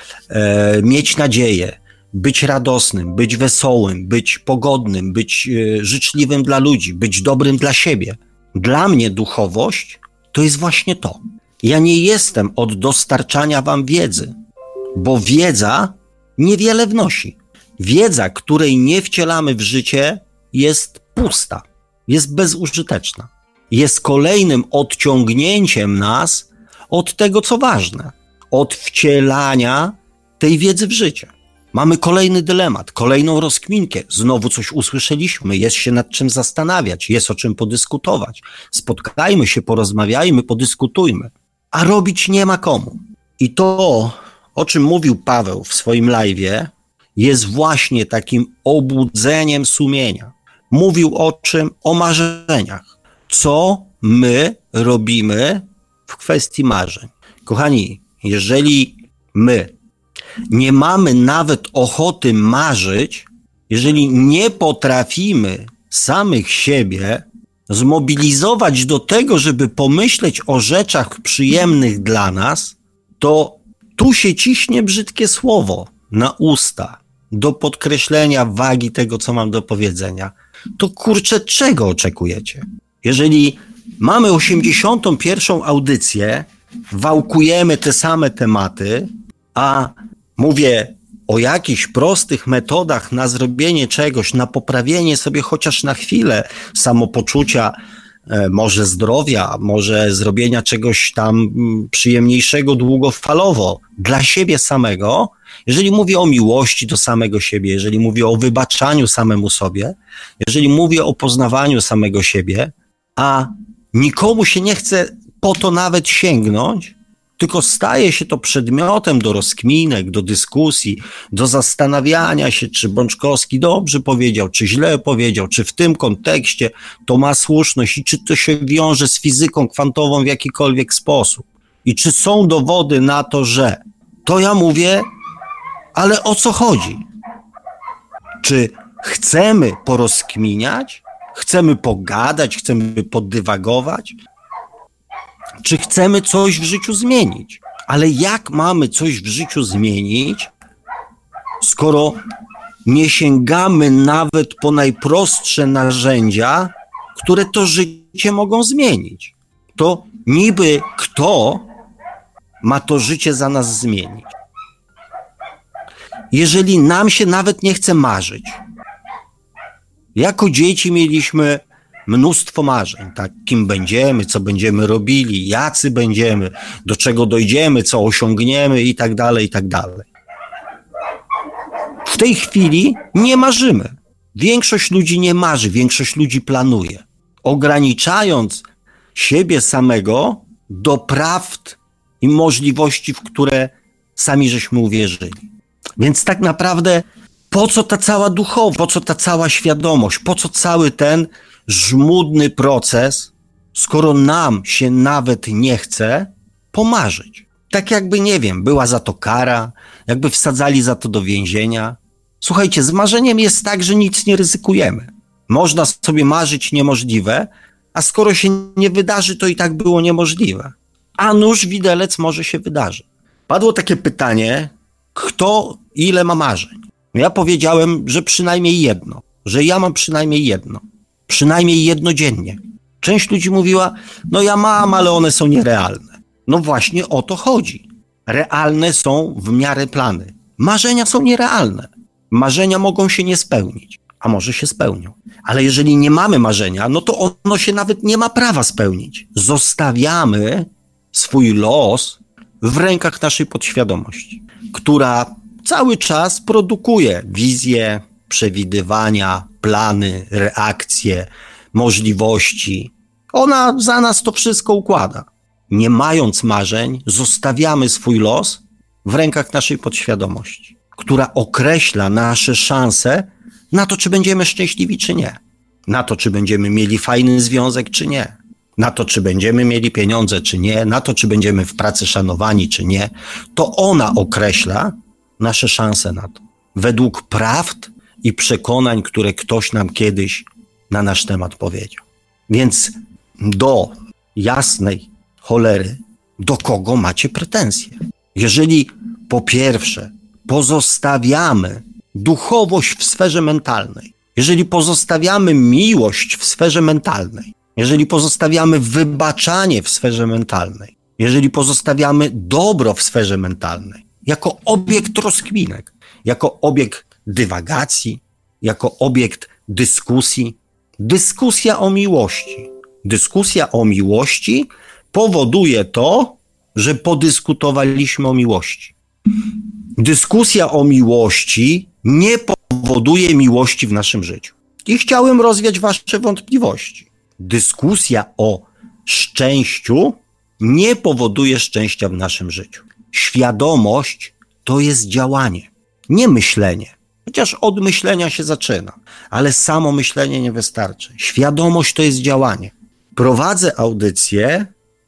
e, mieć nadzieję, być radosnym, być wesołym, być pogodnym, być e, życzliwym dla ludzi, być dobrym dla siebie. Dla mnie duchowość to jest właśnie to. Ja nie jestem od dostarczania wam wiedzy, bo wiedza niewiele wnosi. Wiedza, której nie wcielamy w życie, jest pusta, jest bezużyteczna. Jest kolejnym odciągnięciem nas od tego, co ważne, od wcielania tej wiedzy w życie. Mamy kolejny dylemat, kolejną rozkminkę. Znowu coś usłyszeliśmy, jest się nad czym zastanawiać, jest o czym podyskutować. Spotkajmy się, porozmawiajmy, podyskutujmy. A robić nie ma komu. I to, o czym mówił Paweł w swoim live'ie, jest właśnie takim obudzeniem sumienia. Mówił o czym? O marzeniach. Co my robimy w kwestii marzeń? Kochani, jeżeli my nie mamy nawet ochoty marzyć, jeżeli nie potrafimy samych siebie zmobilizować do tego, żeby pomyśleć o rzeczach przyjemnych dla nas, to tu się ciśnie brzydkie słowo na usta do podkreślenia wagi tego, co mam do powiedzenia. To kurczę, czego oczekujecie? Jeżeli mamy osiemdziesiątą pierwszą audycję, wałkujemy te same tematy, a mówię o jakichś prostych metodach na zrobienie czegoś, na poprawienie sobie chociaż na chwilę samopoczucia, może zdrowia, może zrobienia czegoś tam przyjemniejszego długofalowo dla siebie samego. Jeżeli mówię o miłości do samego siebie, jeżeli mówię o wybaczaniu samemu sobie, jeżeli mówię o poznawaniu samego siebie, a nikomu się nie chce po to nawet sięgnąć, tylko staje się to przedmiotem do rozkminek, do dyskusji, do zastanawiania się, czy Bączkowski dobrze powiedział, czy źle powiedział, czy w tym kontekście to ma słuszność i czy to się wiąże z fizyką kwantową w jakikolwiek sposób. I czy są dowody na to, że... To ja mówię, ale o co chodzi? Czy chcemy porozkminiać? Chcemy pogadać? Chcemy poddywagować? Czy chcemy coś w życiu zmienić? Ale jak mamy coś w życiu zmienić, skoro nie sięgamy nawet po najprostsze narzędzia, które to życie mogą zmienić? To niby kto ma to życie za nas zmienić? Jeżeli nam się nawet nie chce marzyć. Jako dzieci mieliśmy mnóstwo marzeń, tak? Kim będziemy, co będziemy robili, jacy będziemy, do czego dojdziemy, co osiągniemy i tak dalej, i tak dalej. W tej chwili nie marzymy. Większość ludzi nie marzy, większość ludzi planuje, ograniczając siebie samego do prawd i możliwości, w które sami żeśmy uwierzyli. Więc tak naprawdę po co ta cała duchowość, po co ta cała świadomość, po co cały ten żmudny proces, skoro nam się nawet nie chce pomarzyć. Tak jakby, nie wiem, była za to kara, jakby wsadzali za to do więzienia. Słuchajcie, z marzeniem jest tak, że nic nie ryzykujemy. Można sobie marzyć niemożliwe, a skoro się nie wydarzy, to i tak było niemożliwe. A nuż widelec może się wydarzy. Padło takie pytanie, kto ile ma marzeń? Ja powiedziałem, że przynajmniej jedno, że ja mam przynajmniej jedno, przynajmniej jedno dziennie. Część ludzi mówiła, no ja mam, ale one są nierealne. No właśnie o to chodzi. Realne są w miarę plany. Marzenia są nierealne. Marzenia mogą się nie spełnić, a może się spełnią. Ale jeżeli nie mamy marzenia, no to ono się nawet nie ma prawa spełnić. Zostawiamy swój los w rękach naszej podświadomości, która cały czas produkuje wizje, przewidywania, plany, reakcje, możliwości. Ona za nas to wszystko układa. Nie mając marzeń, zostawiamy swój los w rękach naszej podświadomości, która określa nasze szanse na to, czy będziemy szczęśliwi, czy nie. Na to, czy będziemy mieli fajny związek, czy nie. Na to, czy będziemy mieli pieniądze, czy nie. Na to, czy będziemy w pracy szanowani, czy nie. To ona określa nasze szanse na to. Według prawd i przekonań, które ktoś nam kiedyś na nasz temat powiedział. Więc do jasnej cholery, do kogo macie pretensje? Jeżeli po pierwsze pozostawiamy duchowość w sferze mentalnej, jeżeli pozostawiamy miłość w sferze mentalnej, jeżeli pozostawiamy wybaczanie w sferze mentalnej, jeżeli pozostawiamy dobro w sferze mentalnej, jako obiekt rozkminek, jako obiekt dywagacji, jako obiekt dyskusji, dyskusja o miłości. Dyskusja o miłości powoduje to, że podyskutowaliśmy o miłości. Dyskusja o miłości nie powoduje miłości w naszym życiu. I chciałem rozwiać wasze wątpliwości. Dyskusja o szczęściu nie powoduje szczęścia w naszym życiu. Świadomość to jest działanie, nie myślenie. Chociaż od myślenia się zaczyna, ale samo myślenie nie wystarczy. Świadomość to jest działanie. Prowadzę audycję,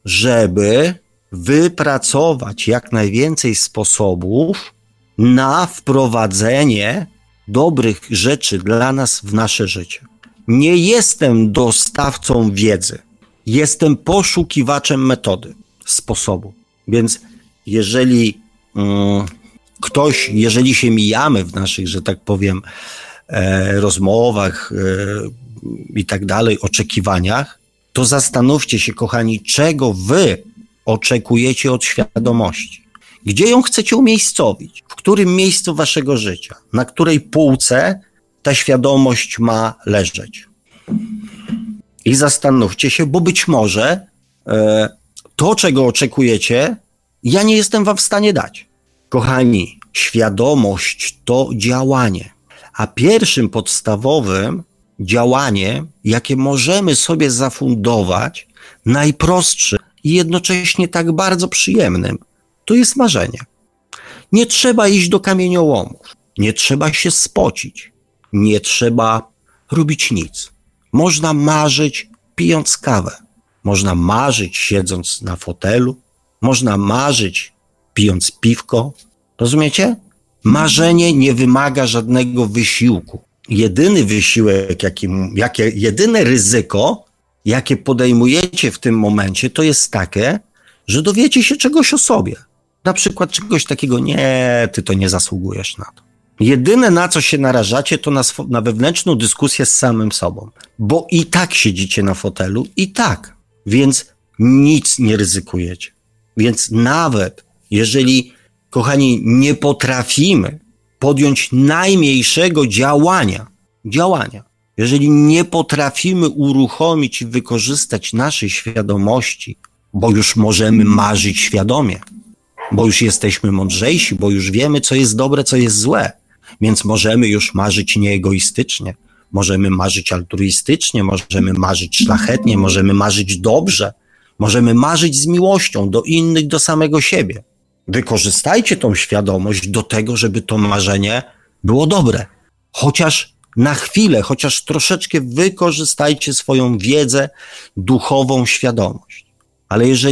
żeby wypracować jak najwięcej sposobów na wprowadzenie dobrych rzeczy dla nas w nasze życie. Nie jestem dostawcą wiedzy. Jestem poszukiwaczem metody, sposobu. Więc jeżeli mm, ktoś, jeżeli się mijamy w naszych, że tak powiem, e, rozmowach e, i tak dalej, oczekiwaniach, to zastanówcie się, kochani, czego wy oczekujecie od świadomości. Gdzie ją chcecie umiejscowić? W którym miejscu waszego życia? Na której półce ta świadomość ma leżeć? I zastanówcie się, bo być może e, to, czego oczekujecie, ja nie jestem wam w stanie dać. Kochani, świadomość to działanie, a pierwszym podstawowym działaniem, jakie możemy sobie zafundować, najprostszym i jednocześnie tak bardzo przyjemnym, to jest marzenie. Nie trzeba iść do kamieniołomów, nie trzeba się spocić, nie trzeba robić nic. Można marzyć pijąc kawę, można marzyć siedząc na fotelu, można marzyć pijąc piwko. Rozumiecie? Marzenie nie wymaga żadnego wysiłku. Jedyny wysiłek, jaki, jakie, jedyne ryzyko, jakie podejmujecie w tym momencie, to jest takie, że dowiecie się czegoś o sobie. Na przykład czegoś takiego, nie, ty to nie zasługujesz na to. Jedyne, na co się narażacie, to na, sw- na wewnętrzną dyskusję z samym sobą. Bo i tak siedzicie na fotelu, i tak. Więc nic nie ryzykujecie. Więc nawet jeżeli, kochani, nie potrafimy podjąć najmniejszego działania, działania, jeżeli nie potrafimy uruchomić i wykorzystać naszej świadomości, bo już możemy marzyć świadomie, bo już jesteśmy mądrzejsi, bo już wiemy, co jest dobre, co jest złe, więc możemy już marzyć nieegoistycznie, możemy marzyć altruistycznie, możemy marzyć szlachetnie, możemy marzyć dobrze, możemy marzyć z miłością do innych, do samego siebie. Wykorzystajcie tą świadomość do tego, żeby to marzenie było dobre. Chociaż na chwilę, chociaż troszeczkę wykorzystajcie swoją wiedzę, duchową świadomość. Ale jeżeli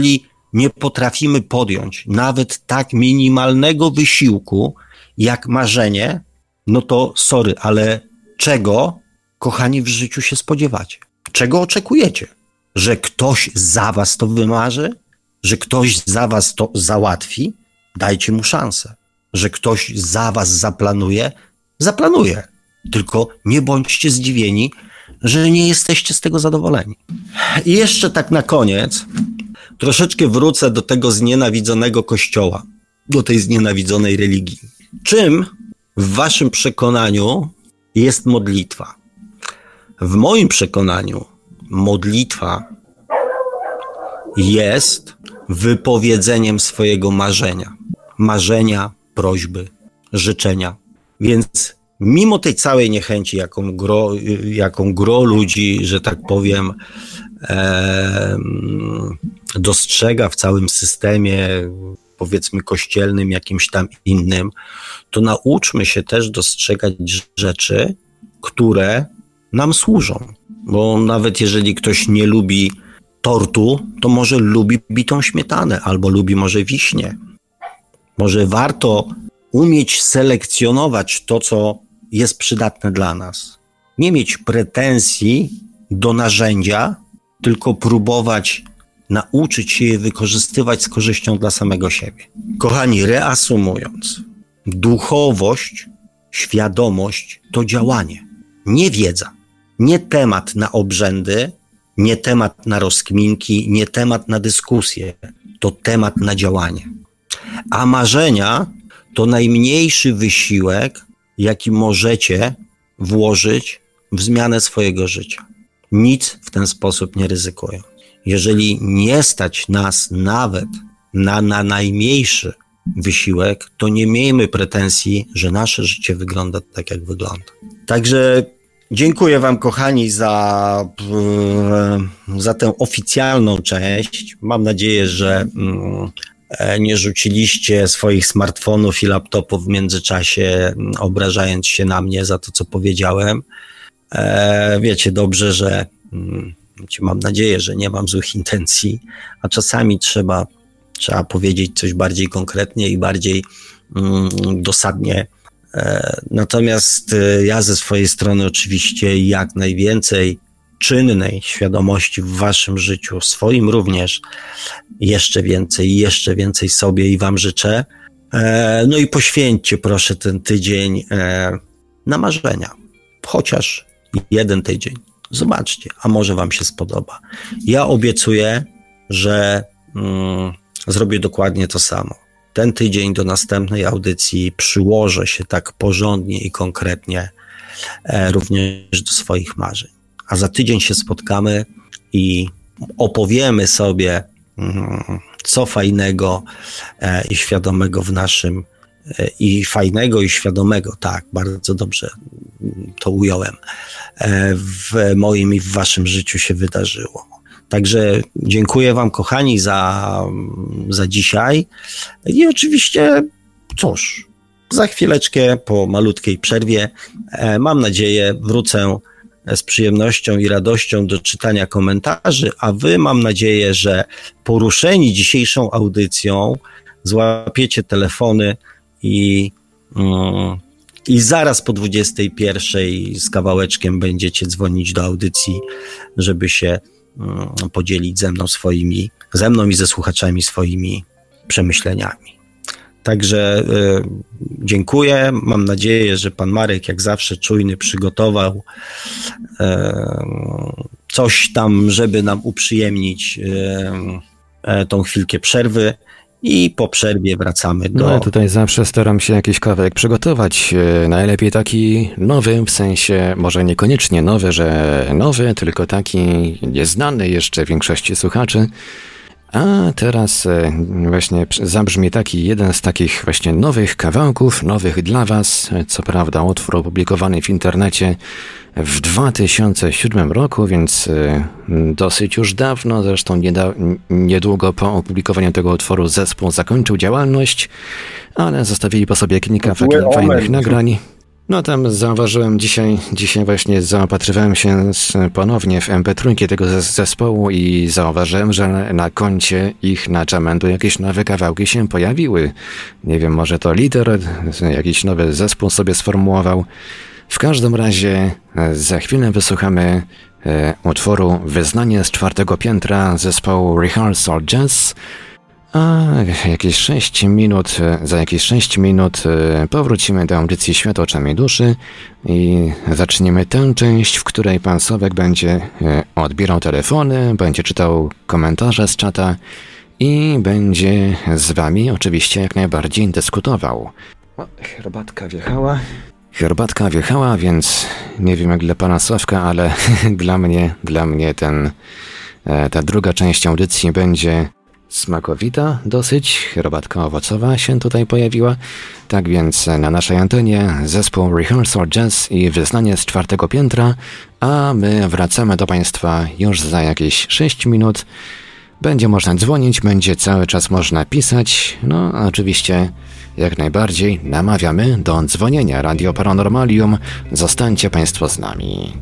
nie potrafimy podjąć nawet tak minimalnego wysiłku jak marzenie, no to sorry, ale czego, kochani, w życiu się spodziewacie? Czego oczekujecie? Że ktoś za was to wymarzy? Że ktoś za was to załatwi? Dajcie mu szansę. Że ktoś za was zaplanuje? Zaplanuje. Tylko nie bądźcie zdziwieni, że nie jesteście z tego zadowoleni. I jeszcze tak na koniec troszeczkę wrócę do tego znienawidzonego kościoła, do tej znienawidzonej religii. Czym w waszym przekonaniu jest modlitwa? W moim przekonaniu modlitwa jest wypowiedzeniem swojego marzenia. Marzenia, prośby, życzenia. Więc mimo tej całej niechęci, jaką gro, jaką gro ludzi, że tak powiem, e, dostrzega w całym systemie, powiedzmy kościelnym, jakimś tam innym, to nauczmy się też dostrzegać rzeczy, które nam służą. Bo nawet jeżeli ktoś nie lubi tortu, to może lubi bitą śmietanę, albo lubi może wiśnie. Może warto umieć selekcjonować to, co jest przydatne dla nas. Nie mieć pretensji do narzędzia, tylko próbować nauczyć się je wykorzystywać z korzyścią dla samego siebie. Kochani, reasumując, duchowość, świadomość to działanie, nie wiedza, nie temat na obrzędy, nie temat na rozkminki, nie temat na dyskusje, to temat na działanie. A marzenia to najmniejszy wysiłek, jaki możecie włożyć w zmianę swojego życia. Nic w ten sposób nie ryzykują. Jeżeli nie stać nas nawet na, na najmniejszy wysiłek, to nie miejmy pretensji, że nasze życie wygląda tak, jak wygląda. Także dziękuję wam, kochani, za, za tę oficjalną część. Mam nadzieję, że nie rzuciliście swoich smartfonów i laptopów w międzyczasie, obrażając się na mnie za to, co powiedziałem. Wiecie dobrze, że mam nadzieję, że nie mam złych intencji, a czasami trzeba, trzeba powiedzieć coś bardziej konkretnie i bardziej dosadnie. Natomiast ja ze swojej strony oczywiście jak najwięcej czynnej świadomości w waszym życiu, swoim również, jeszcze więcej, jeszcze więcej sobie i wam życzę. No i poświęćcie proszę ten tydzień na marzenia. Chociaż jeden tydzień. Zobaczcie, a może wam się spodoba. Ja obiecuję, że mm, zrobię dokładnie to samo. Ten tydzień do następnej audycji przyłożę się tak porządnie i konkretnie e, również do swoich marzeń. A za tydzień się spotkamy i opowiemy sobie, mm, co fajnego e, i świadomego w naszym e, i fajnego i świadomego, tak, bardzo dobrze to ująłem, e, w moim i w waszym życiu się wydarzyło. Także dziękuję wam, kochani, za, za dzisiaj i oczywiście, cóż, za chwileczkę po malutkiej przerwie, e, mam nadzieję, wrócę z przyjemnością i radością do czytania komentarzy, a wy, mam nadzieję, że poruszeni dzisiejszą audycją złapiecie telefony i, mm, i zaraz po dwudziestej pierwszej z kawałeczkiem będziecie dzwonić do audycji, żeby się mm, podzielić ze mną swoimi, ze mną i ze słuchaczami swoimi przemyśleniami. Także y, dziękuję. Mam nadzieję, że pan Marek, jak zawsze czujny, przygotował y, coś tam, żeby nam uprzyjemnić y, y, tą chwilkę przerwy i po przerwie wracamy do... No, tutaj zawsze staram się jakiś kawałek przygotować. Y, najlepiej taki nowy, w sensie może niekoniecznie nowy, że nowy, tylko taki nieznany jeszcze większości słuchaczy. A teraz właśnie zabrzmi taki jeden z takich właśnie nowych kawałków, nowych dla was, co prawda utwór opublikowany w internecie w dwa tysiące siódmym roku, więc dosyć już dawno, zresztą nieda- niedługo po opublikowaniu tego utworu zespół zakończył działalność, ale zostawili po sobie kilka takich fajnych nagrań. No tam zauważyłem dzisiaj, dzisiaj właśnie zaopatrywałem się z, ponownie w em pe trzy tego zespołu i zauważyłem, że na koncie ich na Jamendo jakieś nowe kawałki się pojawiły. Nie wiem, może to lider, jakiś nowy zespół sobie sformułował. W każdym razie za chwilę wysłuchamy e, utworu Wyznanie z czwartego piętra zespołu Rehearsal Jazz. A jakieś sześć minut, za jakieś sześć minut powrócimy do audycji Świat oczami duszy i zaczniemy tę część, w której pan Sławek będzie odbierał telefony, będzie czytał komentarze z czata i będzie z wami oczywiście jak najbardziej dyskutował. O, herbatka wjechała. Herbatka wjechała, więc nie wiem jak dla pana Sławka, ale dla mnie, dla mnie ten, ta druga część audycji będzie smakowita dosyć, herbatka owocowa się tutaj pojawiła. Tak więc na naszej antenie zespół Rehearsal Jazz i Wyznanie z czwartego piętra, a my wracamy do państwa już za jakieś sześć minut. Będzie można dzwonić, będzie cały czas można pisać, no oczywiście jak najbardziej namawiamy do dzwonienia. Radio Paranormalium, zostańcie państwo z nami.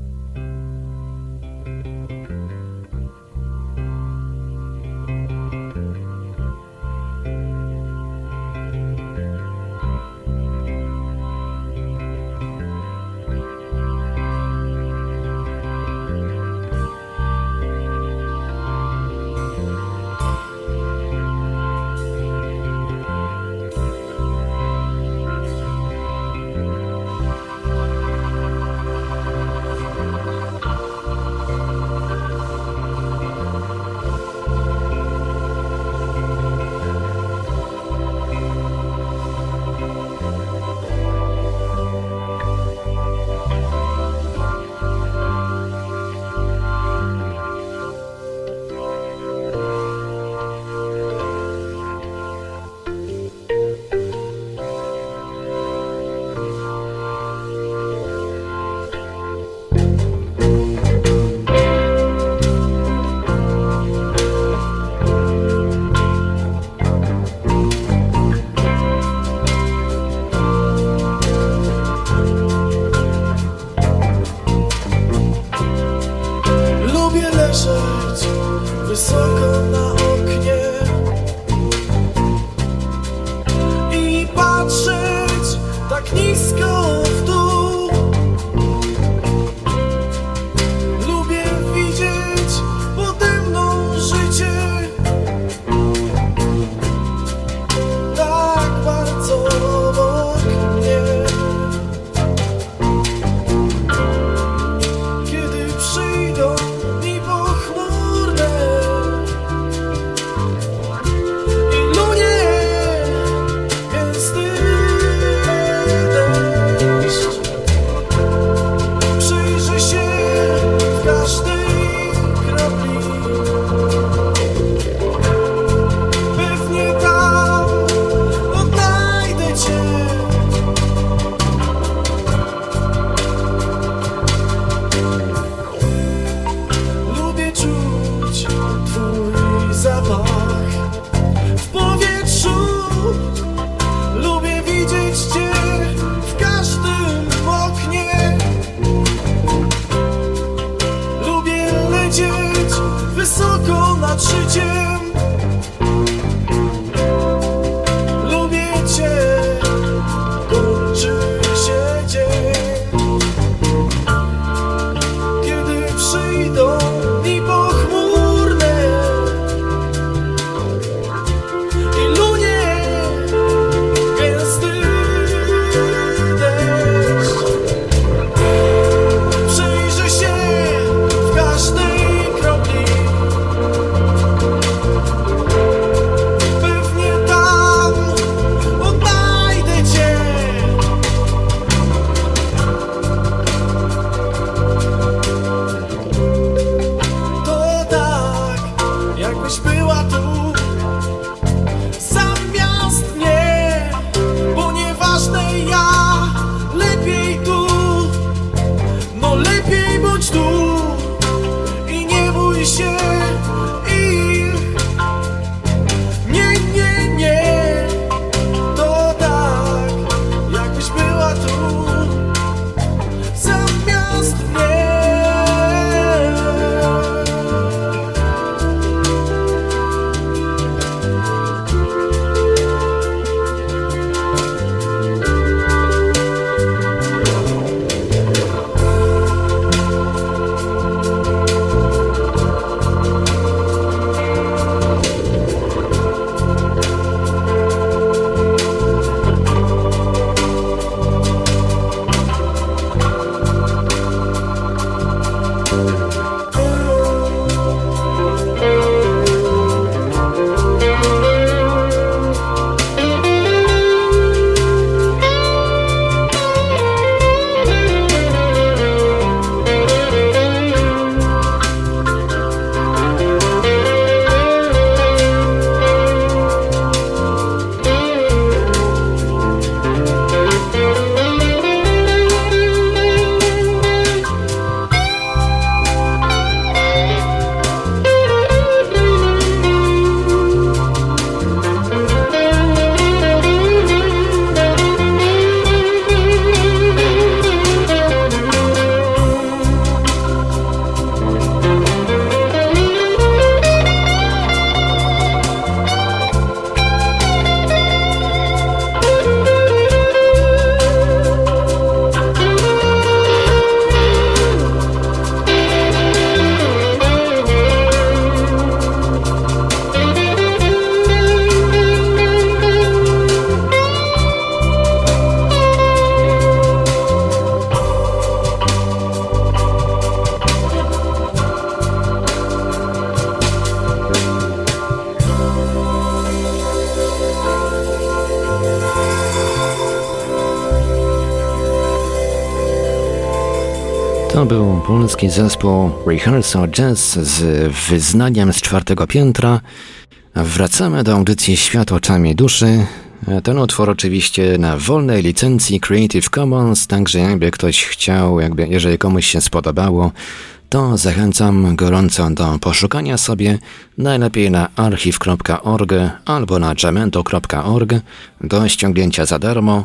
To był polski zespół Rehearsal Jazz z wyznaniem z czwartego piętra. Wracamy do audycji Świat oczami duszy. Ten utwór oczywiście na wolnej licencji Creative Commons, także jakby ktoś chciał, jakby jeżeli komuś się spodobało, to zachęcam gorąco do poszukania sobie, najlepiej na archiv kropka org albo na jamendo kropka org, do ściągnięcia za darmo.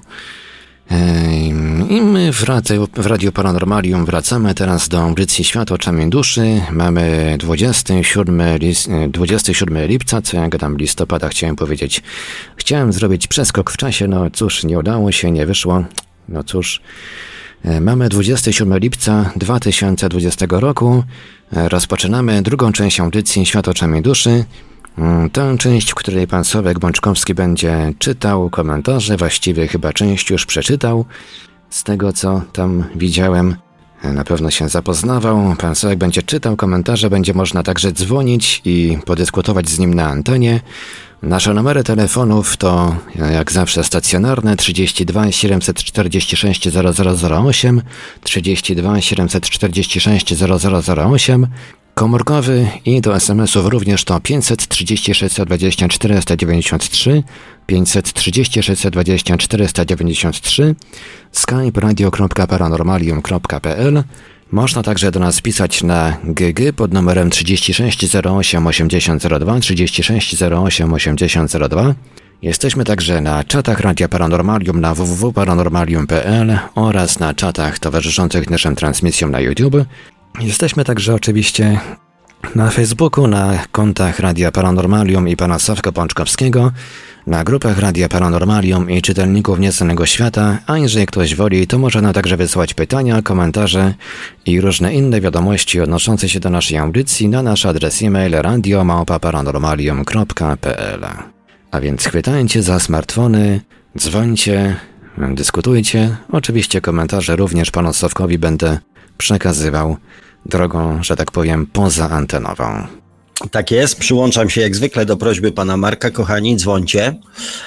I my w Radiu, w Radiu Paranormalium wracamy teraz do audycji Świat oczami duszy. Mamy dwudziestego siódmego lipca, co ja gadam listopada, chciałem powiedzieć. Chciałem zrobić przeskok w czasie, no cóż, nie udało się, nie wyszło. No cóż, mamy dwudziestego siódmego lipca dwa tysiące dwudziestego roku. Rozpoczynamy drugą część audycji Świat oczami duszy. Tę część, w której pan Sławek Bączkowski będzie czytał komentarze, właściwie chyba część już przeczytał, z tego co tam widziałem, na pewno się zapoznawał. Pan Sławek będzie czytał komentarze, będzie można także dzwonić i podyskutować z nim na antenie. Nasze numery telefonów to jak zawsze stacjonarne trzydzieści dwa siedemset czterdzieści sześć zero zero zero osiem, trzydzieści dwa siedemset czterdzieści sześć zero zero zero osiem, komórkowy i do es em esów również to pięćset trzydzieści sześć dwadzieścia czterysta dziewięćdziesiąt trzy, pięćset trzydzieści sześć dwadzieścia czterysta dziewięćdziesiąt trzy, skype radio kropka paranormalium kropka p l. Można także do nas pisać na G G pod numerem trzydzieści sześć zero osiem osiemdziesiąt zero dwa, trzydzieści sześć zero osiem osiemdziesiąt zero dwa. Jesteśmy także na czatach Radia Paranormalium na w w w kropka paranormalium kropka p l oraz na czatach towarzyszących naszym transmisjom na YouTube. Jesteśmy także oczywiście na Facebooku, na kontach Radia Paranormalium i pana Sławka Bączkowskiego, na grupach Radia Paranormalium i czytelników Nieznanego Świata, a jeżeli ktoś woli, to może nam także wysłać pytania, komentarze i różne inne wiadomości odnoszące się do naszej audycji na nasz adres e-mail radio małpa paranormalium kropka p l. A więc chwytajcie za smartfony, dzwońcie, dyskutujcie. Oczywiście komentarze również panu Sławkowi będę przekazywał drogą, że tak powiem, pozaantenową. Tak jest, przyłączam się jak zwykle do prośby pana Marka, kochani, dzwońcie.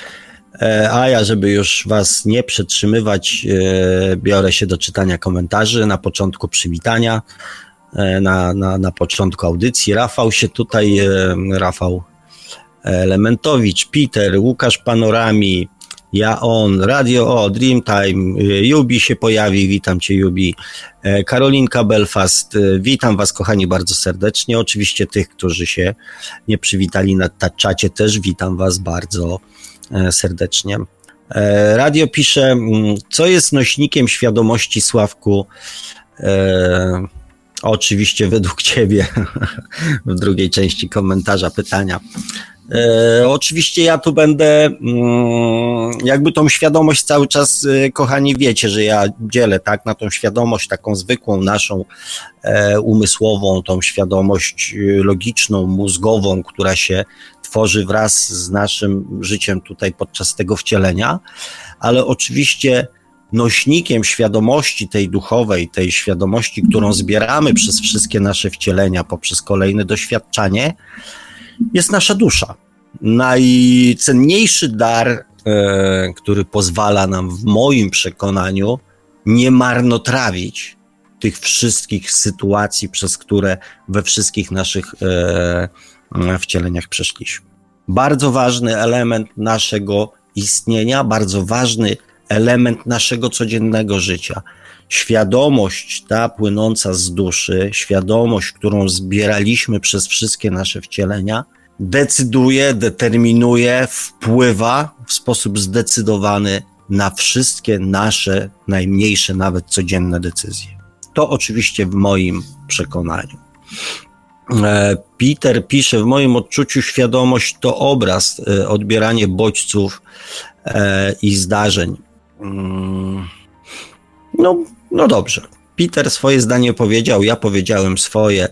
A ja, żeby już was nie przetrzymywać, biorę się do czytania komentarzy na początku przywitania, na, na, na początku audycji. Rafał się tutaj, Rafał Elementowicz, Peter, Łukasz Panorami, ja on, Radio O, Dreamtime, Jubi się pojawi, witam cię Jubi, Karolinka Belfast, witam was kochani bardzo serdecznie, oczywiście tych, którzy się nie przywitali na czacie też witam was bardzo serdecznie. Radio pisze, co jest nośnikiem świadomości, Sławku? E, oczywiście według ciebie w drugiej części komentarza pytania. E, oczywiście ja tu będę mm, jakby tą świadomość cały czas, e, kochani, wiecie, że ja dzielę tak na tą świadomość taką zwykłą naszą e, umysłową, tą świadomość logiczną, mózgową, która się tworzy wraz z naszym życiem tutaj podczas tego wcielenia, ale oczywiście nośnikiem świadomości tej duchowej, tej świadomości, którą zbieramy przez wszystkie nasze wcielenia, poprzez kolejne doświadczanie, jest nasza dusza. Najcenniejszy dar, e, który pozwala nam w moim przekonaniu nie marnotrawić tych wszystkich sytuacji, przez które we wszystkich naszych e, wcieleniach przeszliśmy. Bardzo ważny element naszego istnienia, bardzo ważny element naszego codziennego życia. Świadomość ta płynąca z duszy, świadomość, którą zbieraliśmy przez wszystkie nasze wcielenia, decyduje, determinuje, wpływa w sposób zdecydowany na wszystkie nasze najmniejsze, nawet codzienne decyzje. To oczywiście w moim przekonaniu. Peter pisze, w moim odczuciu świadomość to obraz, odbieranie bodźców i zdarzeń. No, no dobrze. Peter swoje zdanie powiedział, ja powiedziałem swoje.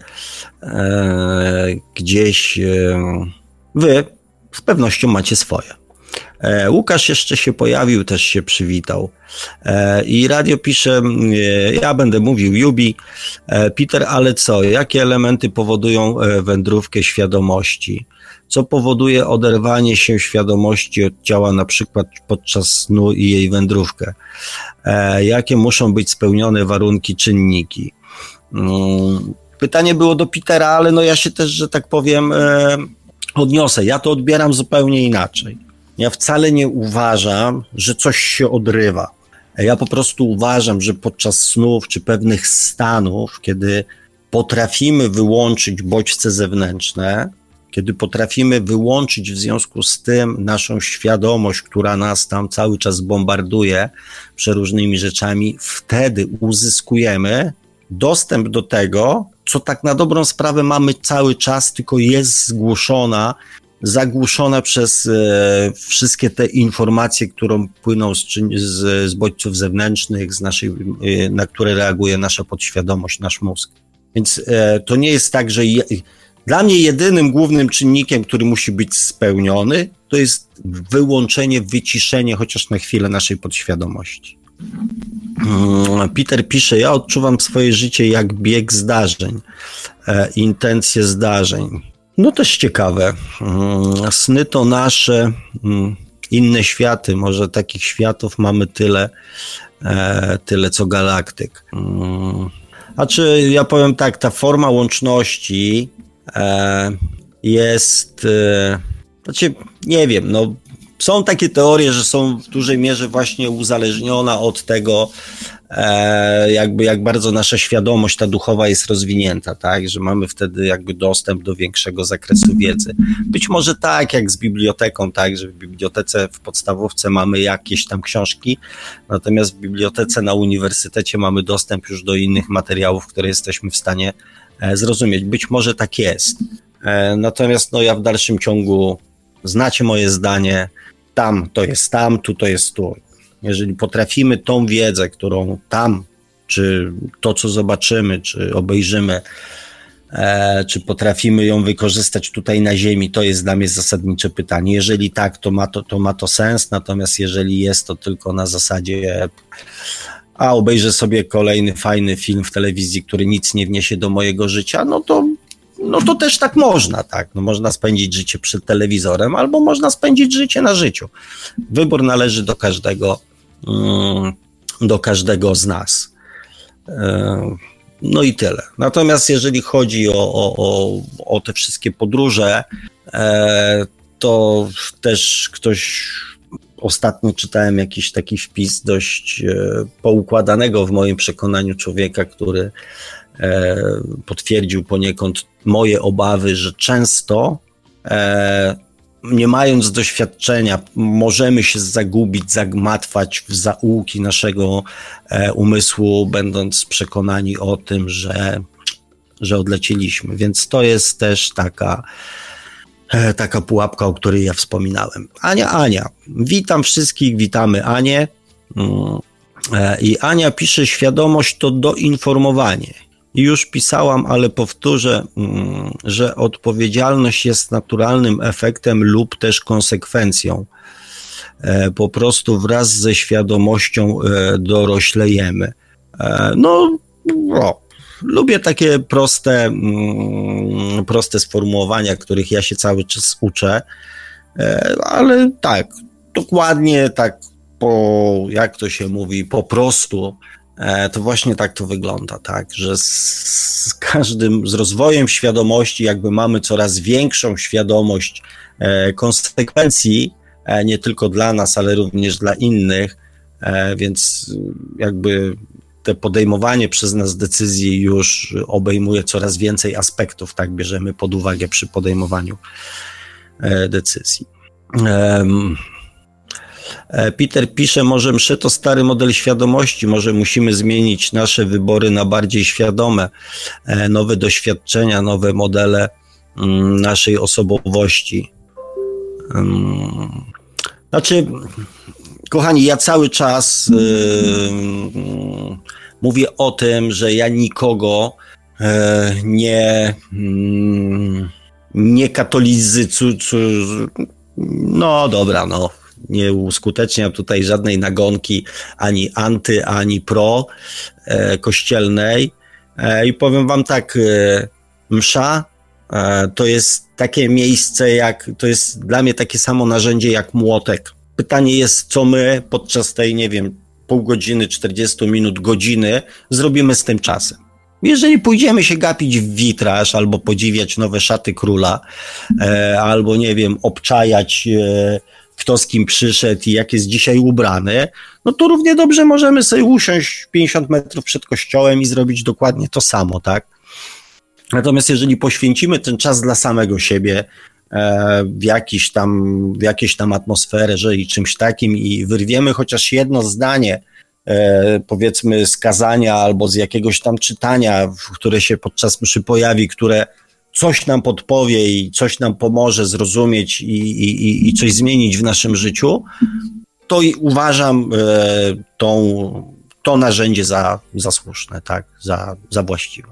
Gdzieś wy z pewnością macie swoje. Łukasz jeszcze się pojawił, też się przywitał. I radio pisze, ja będę mówił Jubi. Peter, ale co? Jakie elementy powodują wędrówkę świadomości? Co powoduje oderwanie się świadomości od ciała, na przykład podczas snu i jej wędrówkę? Jakie muszą być spełnione warunki, czynniki? Pytanie było do Petera, ale no ja się też, że tak powiem, odniosę. Ja to odbieram zupełnie inaczej. Ja wcale nie uważam, że coś się odrywa. Ja po prostu uważam, że podczas snów czy pewnych stanów, kiedy potrafimy wyłączyć bodźce zewnętrzne, kiedy potrafimy wyłączyć w związku z tym naszą świadomość, która nas tam cały czas bombarduje przeróżnymi rzeczami, wtedy uzyskujemy dostęp do tego, co tak na dobrą sprawę mamy cały czas, tylko jest zgłuszona, zagłuszona przez e, wszystkie te informacje, które płyną z, z, z bodźców zewnętrznych, z naszej, e, na które reaguje nasza podświadomość, nasz mózg. Więc e, to nie jest tak, że je, dla mnie jedynym głównym czynnikiem, który musi być spełniony, to jest wyłączenie, wyciszenie chociaż na chwilę naszej podświadomości. Peter pisze, ja odczuwam swoje życie jak bieg zdarzeń, e, intencje zdarzeń. No też ciekawe. Sny to nasze inne światy. Może takich światów mamy tyle, e, tyle co galaktyk. A czy ja powiem tak, ta forma łączności e, jest, e, znaczy nie wiem, no są takie teorie, że są w dużej mierze właśnie uzależniona od tego, e, jakby jak bardzo nasza świadomość ta duchowa jest rozwinięta, tak, że mamy wtedy jakby dostęp do większego zakresu wiedzy. Być może tak jak z biblioteką, tak, że w bibliotece w podstawówce mamy jakieś tam książki, natomiast w bibliotece na uniwersytecie mamy dostęp już do innych materiałów, które jesteśmy w stanie e, zrozumieć. Być może tak jest. E, natomiast no ja w dalszym ciągu, znacie moje zdanie, tam to jest tam, tu to jest tu. Jeżeli potrafimy tą wiedzę, którą tam, czy to, co zobaczymy, czy obejrzymy, e, czy potrafimy ją wykorzystać tutaj na ziemi, to jest dla mnie zasadnicze pytanie. Jeżeli tak, to ma to, to ma to sens, natomiast jeżeli jest to tylko na zasadzie, a obejrzę sobie kolejny fajny film w telewizji, który nic nie wniesie do mojego życia, no to no to też tak można, tak. No można spędzić życie przed telewizorem, albo można spędzić życie na życiu. Wybór należy do każdego, do każdego z nas. No i tyle. Natomiast jeżeli chodzi o, o, o, o te wszystkie podróże, to też ktoś, ostatnio czytałem jakiś taki wpis dość poukładanego w moim przekonaniu człowieka, który potwierdził poniekąd moje obawy, że często e, nie mając doświadczenia możemy się zagubić, zagmatwać w zaułki naszego e, umysłu, będąc przekonani o tym, że, że odlecieliśmy. Więc to jest też taka, e, taka pułapka, o której ja wspominałem. Ania, Ania. Witam wszystkich, witamy Anię. E, I Ania pisze, świadomość to doinformowanie. I już pisałam, ale powtórzę, że odpowiedzialność jest naturalnym efektem lub też konsekwencją. Po prostu wraz ze świadomością doroślejemy. No, no lubię takie proste, proste sformułowania, których ja się cały czas uczę, ale tak, dokładnie tak, po, jak to się mówi, po prostu, to właśnie tak to wygląda, tak, że z, z każdym, z rozwojem świadomości jakby mamy coraz większą świadomość e, konsekwencji, e, nie tylko dla nas, ale również dla innych, e, więc jakby te podejmowanie przez nas decyzji już obejmuje coraz więcej aspektów, tak, bierzemy pod uwagę przy podejmowaniu e, decyzji. E, Peter pisze, może mszy to stary model świadomości, może musimy zmienić nasze wybory na bardziej świadome, nowe doświadczenia, nowe modele naszej osobowości. Znaczy, kochani, ja cały czas yy, mówię o tym, że ja nikogo yy, nie, yy, nie katolizycu, no dobra, no. Nie uskuteczniam tutaj żadnej nagonki ani anty, ani pro e, kościelnej. E, I powiem wam tak, e, msza e, to jest takie miejsce, jak to jest dla mnie takie samo narzędzie jak młotek. Pytanie jest, co my podczas tej, nie wiem, pół godziny, czterdzieści minut, godziny zrobimy z tym czasem. Jeżeli pójdziemy się gapić w witraż, albo podziwiać nowe szaty króla, e, albo nie wiem, obczajać e, kto z kim przyszedł i jak jest dzisiaj ubrany, no to równie dobrze możemy sobie usiąść pięćdziesiąt metrów przed kościołem i zrobić dokładnie to samo, tak? Natomiast jeżeli poświęcimy ten czas dla samego siebie, e, w, jakiś tam, w jakiejś tam atmosferze i czymś takim i wyrwiemy chociaż jedno zdanie, e, powiedzmy z kazania albo z jakiegoś tam czytania, które się podczas mszy pojawi, które coś nam podpowie i coś nam pomoże zrozumieć i, i, i coś zmienić w naszym życiu, to i uważam e, tą, to narzędzie za, za słuszne, tak, za, za właściwe.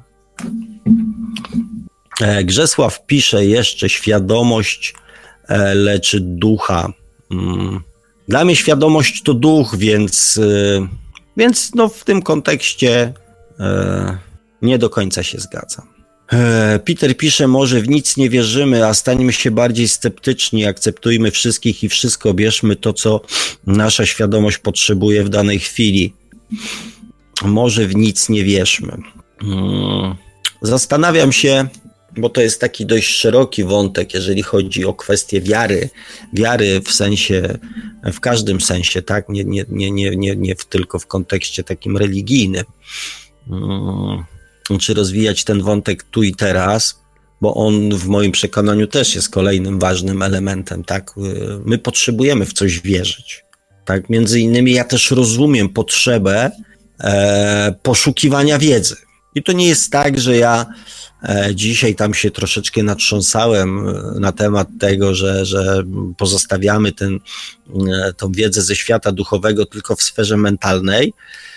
E, Grzesław pisze jeszcze, świadomość e, leczy ducha. Mm. Dla mnie świadomość to duch, więc, e, więc no w tym kontekście e, nie do końca się zgadzam. Peter pisze, może w nic nie wierzymy, a stańmy się bardziej sceptyczni, akceptujmy wszystkich i wszystko, bierzmy to, co nasza świadomość potrzebuje w danej chwili. Może w nic nie wierzmy. Zastanawiam się, bo to jest taki dość szeroki wątek, jeżeli chodzi o kwestię wiary. Wiary w sensie, w każdym sensie, tak? Nie, nie, nie, nie, nie, nie tylko w kontekście takim religijnym. Czy rozwijać ten wątek tu i teraz, bo on w moim przekonaniu też jest kolejnym ważnym elementem, tak? My potrzebujemy w coś wierzyć, tak? Między innymi ja też rozumiem potrzebę e, poszukiwania wiedzy. I to nie jest tak, że ja e, dzisiaj tam się troszeczkę natrząsałem na temat tego, że, że pozostawiamy ten, e, tą wiedzę ze świata duchowego tylko w sferze mentalnej,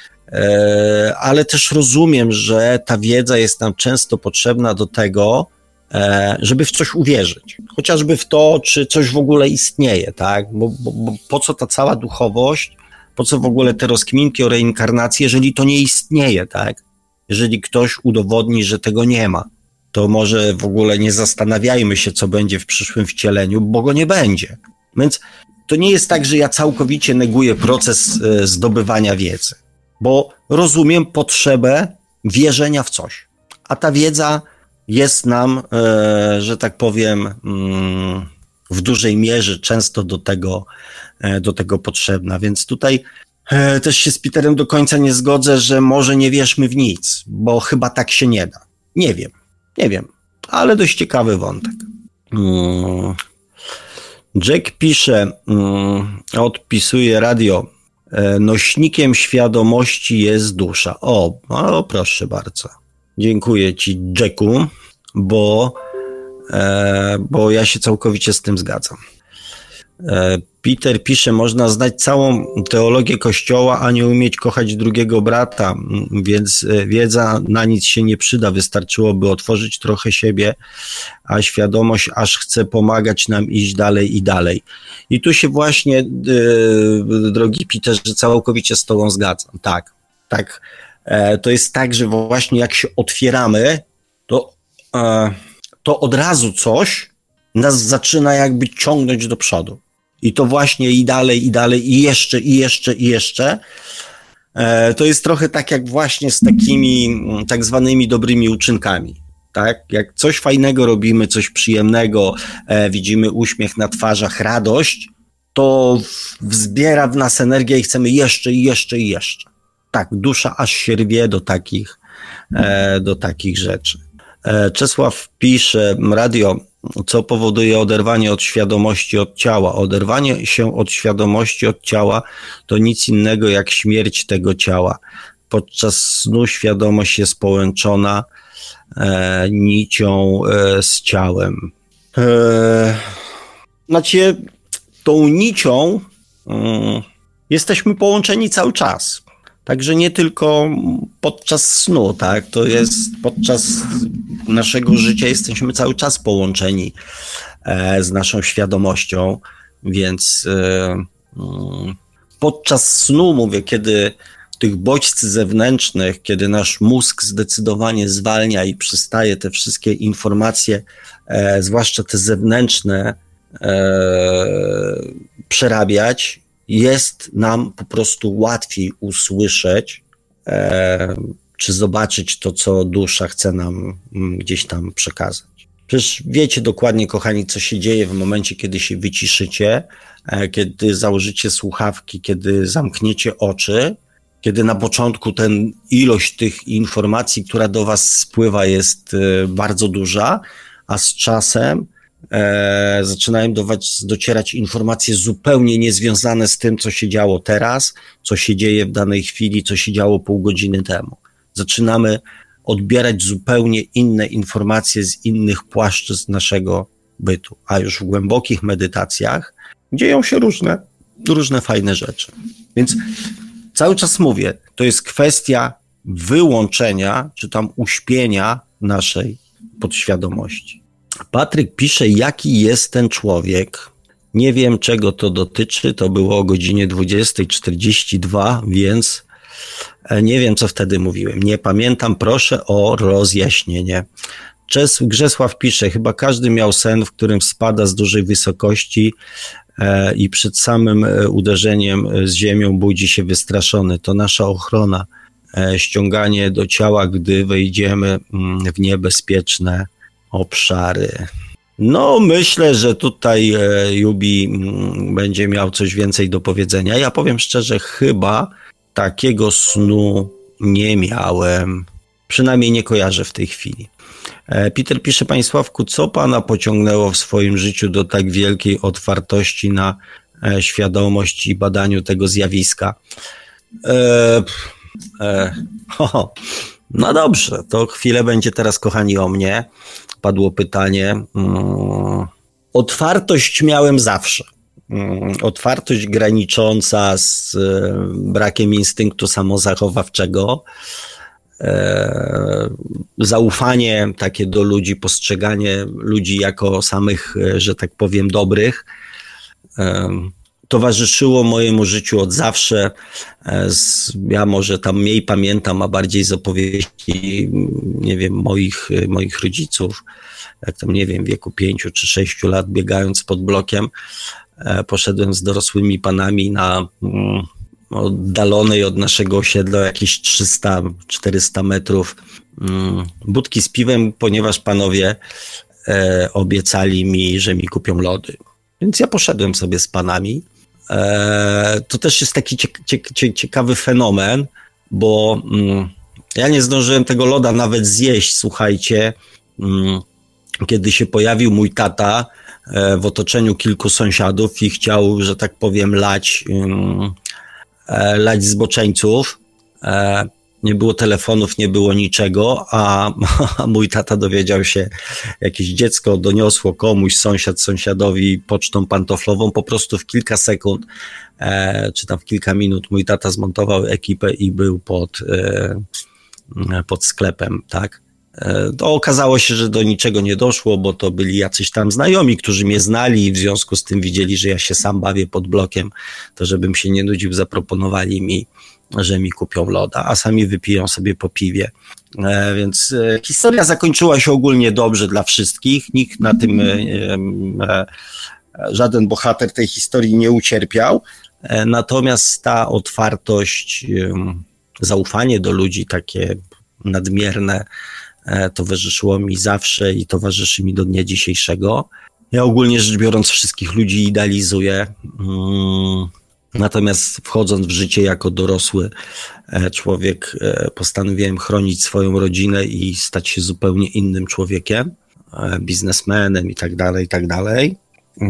ale też rozumiem, że ta wiedza jest nam często potrzebna do tego, żeby w coś uwierzyć. Chociażby w to, czy coś w ogóle istnieje, tak? Bo, bo, bo po co ta cała duchowość, po co w ogóle te rozkminki o reinkarnacji, jeżeli to nie istnieje, tak? Jeżeli ktoś udowodni, że tego nie ma, to może w ogóle nie zastanawiajmy się, co będzie w przyszłym wcieleniu, bo go nie będzie. Więc to nie jest tak, że ja całkowicie neguję proces zdobywania wiedzy, bo rozumiem potrzebę wierzenia w coś. A ta wiedza jest nam, e, że tak powiem, mm, w dużej mierze często do tego, e, do tego potrzebna. Więc tutaj e, też się z Peterem do końca nie zgodzę, że może nie wierzmy w nic, bo chyba tak się nie da. Nie wiem, nie wiem, ale dość ciekawy wątek. Mm. Jack pisze, mm, odpisuje radio, nośnikiem świadomości jest dusza. O, o, proszę bardzo. Dziękuję ci, Jacku, bo, e, bo ja się całkowicie z tym zgadzam. E, Peter pisze, można znać całą teologię Kościoła, a nie umieć kochać drugiego brata, więc wiedza na nic się nie przyda. Wystarczyłoby otworzyć trochę siebie, a świadomość aż chce pomagać nam iść dalej i dalej. I tu się właśnie, yy, drogi Peterze, całkowicie z tobą zgadzam. Tak, tak. E, to jest tak, że właśnie jak się otwieramy, to, e, to od razu coś nas zaczyna jakby ciągnąć do przodu. I to właśnie i dalej, i dalej, i jeszcze, i jeszcze, i jeszcze. E, to jest trochę tak jak właśnie z takimi tak zwanymi dobrymi uczynkami. Tak? Jak coś fajnego robimy, coś przyjemnego, e, widzimy uśmiech na twarzach, radość, to wzbiera w nas energię i chcemy jeszcze, i jeszcze, i jeszcze. Tak, dusza aż się rwie do takich, e, do takich rzeczy. E, Czesław pisze, radio, co powoduje oderwanie od świadomości od ciała. Oderwanie się od świadomości od ciała to nic innego jak śmierć tego ciała. Podczas snu świadomość jest połączona e, nicią e, z ciałem. E, znaczy, tą nicią e, jesteśmy połączeni cały czas. Także nie tylko podczas snu, tak? To jest podczas naszego życia jesteśmy cały czas połączeni e, z naszą świadomością, więc e, podczas snu, mówię, kiedy tych bodźców zewnętrznych, kiedy nasz mózg zdecydowanie zwalnia i przestaje te wszystkie informacje, e, zwłaszcza te zewnętrzne, e, przerabiać, jest nam po prostu łatwiej usłyszeć e, czy zobaczyć to, co dusza chce nam gdzieś tam przekazać. Przecież wiecie dokładnie, kochani, co się dzieje w momencie, kiedy się wyciszycie, kiedy założycie słuchawki, kiedy zamkniecie oczy, kiedy na początku ten ilość tych informacji, która do was spływa, jest bardzo duża, a z czasem e, zaczynają do was docierać informacje zupełnie niezwiązane z tym, co się działo teraz, co się dzieje w danej chwili, co się działo pół godziny temu. Zaczynamy odbierać zupełnie inne informacje z innych płaszczyzn naszego bytu, a już w głębokich medytacjach dzieją się różne, różne fajne rzeczy. Więc cały czas mówię, to jest kwestia wyłączenia, czy tam uśpienia naszej podświadomości. Patryk pisze, jaki jest ten człowiek. Nie wiem, czego to dotyczy, to było o godzinie dwudziesta czterdzieści dwa, więc nie wiem, co wtedy mówiłem. Nie pamiętam, proszę o rozjaśnienie. Czes, Grzesław pisze, chyba każdy miał sen, w którym spada z dużej wysokości e, i przed samym uderzeniem z ziemią budzi się wystraszony. To nasza ochrona, e, ściąganie do ciała, gdy wejdziemy w niebezpieczne obszary. No, myślę, że tutaj e, Jubi m, będzie miał coś więcej do powiedzenia. Ja powiem szczerze, chyba takiego snu nie miałem. Przynajmniej nie kojarzę w tej chwili. Peter pisze, Panie Sławku, co Pana pociągnęło w swoim życiu do tak wielkiej otwartości na świadomość i badaniu tego zjawiska? E, e, ho, no dobrze, to chwilę będzie teraz, kochani, o mnie. Padło pytanie. Hmm, otwartość miałem zawsze. Otwartość granicząca z brakiem instynktu samozachowawczego, zaufanie takie do ludzi, postrzeganie ludzi jako samych, że tak powiem, dobrych, towarzyszyło mojemu życiu od zawsze. Ja może tam mniej pamiętam, a bardziej z opowieści, nie wiem, moich, moich rodziców, jak tam, nie wiem, w wieku pięciu czy sześciu lat, biegając pod blokiem, poszedłem z dorosłymi panami na oddalonej od naszego osiedla jakieś trzysta czterysta metrów budki z piwem, ponieważ panowie obiecali mi, że mi kupią lody. Więc ja poszedłem sobie z panami. To też jest taki ciekawy fenomen, bo ja nie zdążyłem tego loda nawet zjeść, słuchajcie, kiedy się pojawił mój tata w otoczeniu kilku sąsiadów i chciał, że tak powiem, lać, lać zboczeńców. Nie było telefonów, nie było niczego, a, a mój tata dowiedział się, jakieś dziecko doniosło komuś, sąsiad sąsiadowi pocztą pantoflową, po prostu w kilka sekund, e, czy tam w kilka minut mój tata zmontował ekipę i był pod, e, pod sklepem, tak. E, to okazało się, że do niczego nie doszło, bo to byli jacyś tam znajomi, którzy mnie znali i w związku z tym widzieli, że ja się sam bawię pod blokiem, to żebym się nie nudził, zaproponowali mi, że mi kupią loda, a sami wypiją sobie po piwie. E, więc e, historia zakończyła się ogólnie dobrze dla wszystkich. Nikt na tym, e, e, żaden bohater tej historii nie ucierpiał. E, natomiast ta otwartość, e, zaufanie do ludzi takie nadmierne e, towarzyszyło mi zawsze i towarzyszy mi do dnia dzisiejszego. Ja ogólnie rzecz biorąc wszystkich ludzi idealizuję. Mm. Natomiast wchodząc w życie jako dorosły człowiek, postanowiłem chronić swoją rodzinę i stać się zupełnie innym człowiekiem, biznesmenem i tak dalej, i tak dalej.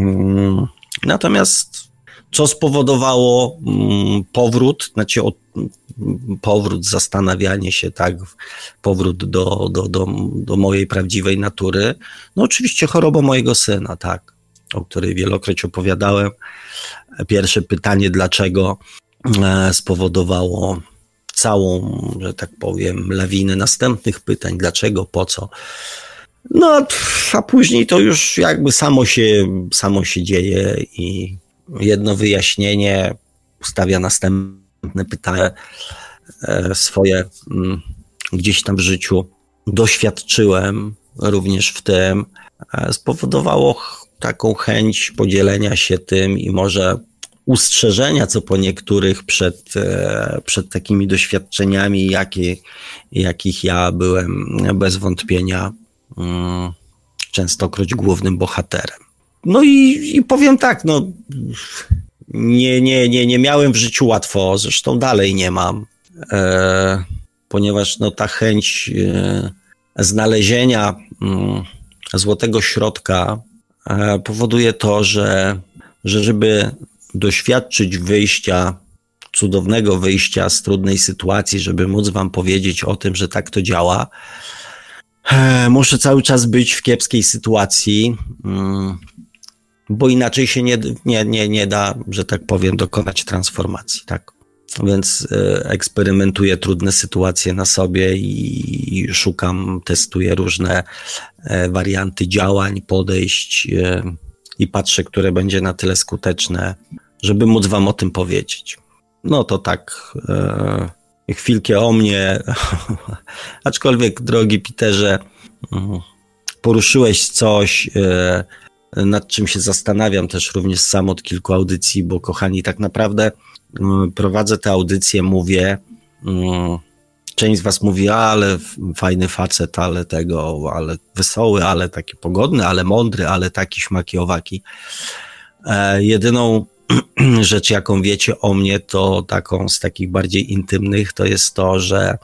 Natomiast co spowodowało powrót, znaczy powrót, zastanawianie się, tak, powrót do, do, do, do mojej prawdziwej natury? No oczywiście choroba mojego syna, tak, o której wielokroć opowiadałem. Pierwsze pytanie, dlaczego, spowodowało całą, że tak powiem, lawinę następnych pytań. Dlaczego, po co? No, a później to już jakby samo się, samo się dzieje i jedno wyjaśnienie stawia następne pytanie swoje gdzieś tam w życiu. Doświadczyłem również w tym, spowodowało taką chęć podzielenia się tym i może ustrzeżenia, co po niektórych przed, przed takimi doświadczeniami, jakie, jakich ja byłem bez wątpienia częstokroć głównym bohaterem. No i, i powiem tak, no nie, nie, nie, nie miałem w życiu łatwo, zresztą dalej nie mam, e, ponieważ no, ta chęć e, znalezienia e, złotego środka e, powoduje to, że, że żeby doświadczyć wyjścia, cudownego wyjścia z trudnej sytuacji, żeby móc wam powiedzieć o tym, że tak to działa, e, muszę cały czas być w kiepskiej sytuacji, e, bo inaczej się nie, nie, nie, nie da, że tak powiem, dokonać transformacji, tak? Więc e, eksperymentuję trudne sytuacje na sobie i, i szukam, testuję różne e, warianty działań, podejść e, i patrzę, które będzie na tyle skuteczne, żeby móc wam o tym powiedzieć. No to tak, e, chwilkę o mnie, aczkolwiek, drogi Peterze, poruszyłeś coś, e, nad czym się zastanawiam też również sam od kilku audycji, bo kochani, tak naprawdę prowadzę te audycje, mówię, część z was mówi, ale fajny facet, ale tego, ale wesoły, ale taki pogodny, ale mądry, ale taki śmaki owaki. E, jedyną rzecz, jaką wiecie o mnie, to taką z takich bardziej intymnych, to jest to, że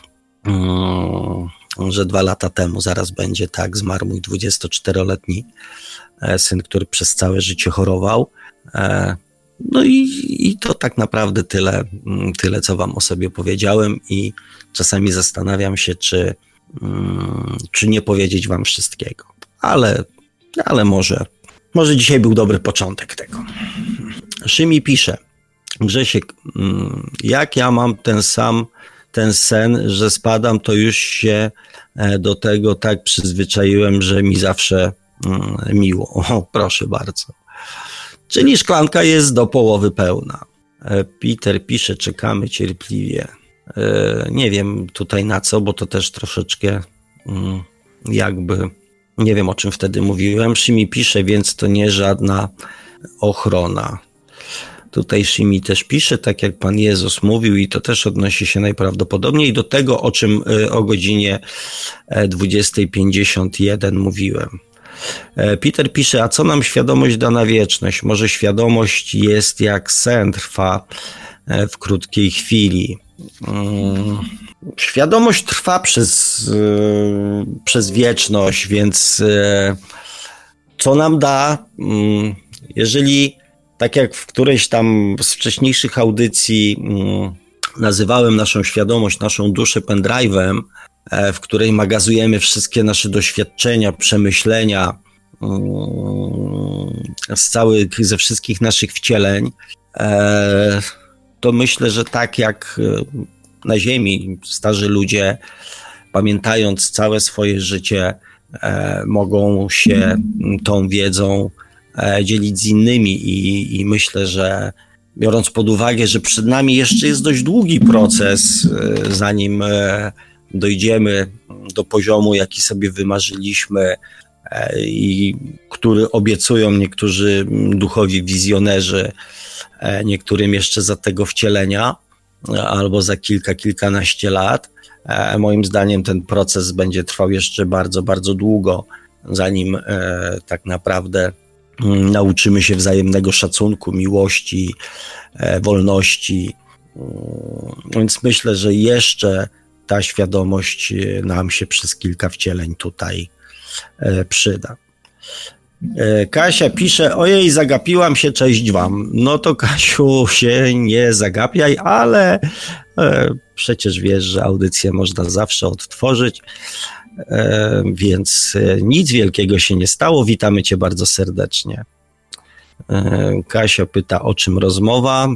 mm, że dwa lata temu, zaraz będzie tak, zmarł mój dwudziestoczteroletni syn, który przez całe życie chorował. No i, i to tak naprawdę tyle, tyle, co wam o sobie powiedziałem i czasami zastanawiam się, czy, czy nie powiedzieć wam wszystkiego. Ale, ale może, może dzisiaj był dobry początek tego. Szymi pisze, Grzesiek, jak ja mam ten sam ten sen, że spadam, to już się do tego tak przyzwyczaiłem, że mi zawsze miło. O, proszę bardzo. Czyli szklanka jest do połowy pełna. Peter pisze, czekamy cierpliwie. Nie wiem tutaj na co, bo to też troszeczkę jakby, nie wiem o czym wtedy mówiłem. Szymi pisze, więc to nie żadna ochrona. Tutaj Szymi też pisze, tak jak Pan Jezus mówił, i to też odnosi się najprawdopodobniej do tego, o czym o godzinie dwudziestej pięćdziesiąt jeden mówiłem. Peter pisze, a co nam świadomość da na wieczność? Może świadomość jest jak sen, trwa w krótkiej chwili. Świadomość trwa przez, przez wieczność, więc co nam da, jeżeli tak jak w którejś tam z wcześniejszych audycji nazywałem naszą świadomość, naszą duszę pendrive'em, w której magazujemy wszystkie nasze doświadczenia, przemyślenia z całych, ze wszystkich naszych wcieleń, to myślę, że tak jak na Ziemi starzy ludzie, pamiętając całe swoje życie, mogą się tą wiedzą dzielić z innymi i, i myślę, że biorąc pod uwagę, że przed nami jeszcze jest dość długi proces, zanim dojdziemy do poziomu, jaki sobie wymarzyliśmy i który obiecują niektórzy duchowi wizjonerzy, niektórym jeszcze za tego wcielenia albo za kilka, kilkanaście lat. Moim zdaniem ten proces będzie trwał jeszcze bardzo, bardzo długo, zanim tak naprawdę nauczymy się wzajemnego szacunku, miłości, wolności. Więc myślę, że jeszcze ta świadomość nam się przez kilka wcieleń tutaj przyda. Kasia pisze, ojej, zagapiłam się, cześć wam. No to Kasiu, się nie zagapiaj, ale przecież wiesz, że audycję można zawsze odtworzyć, więc nic wielkiego się nie stało. Witamy cię bardzo serdecznie. Kasia pyta, o czym rozmowa.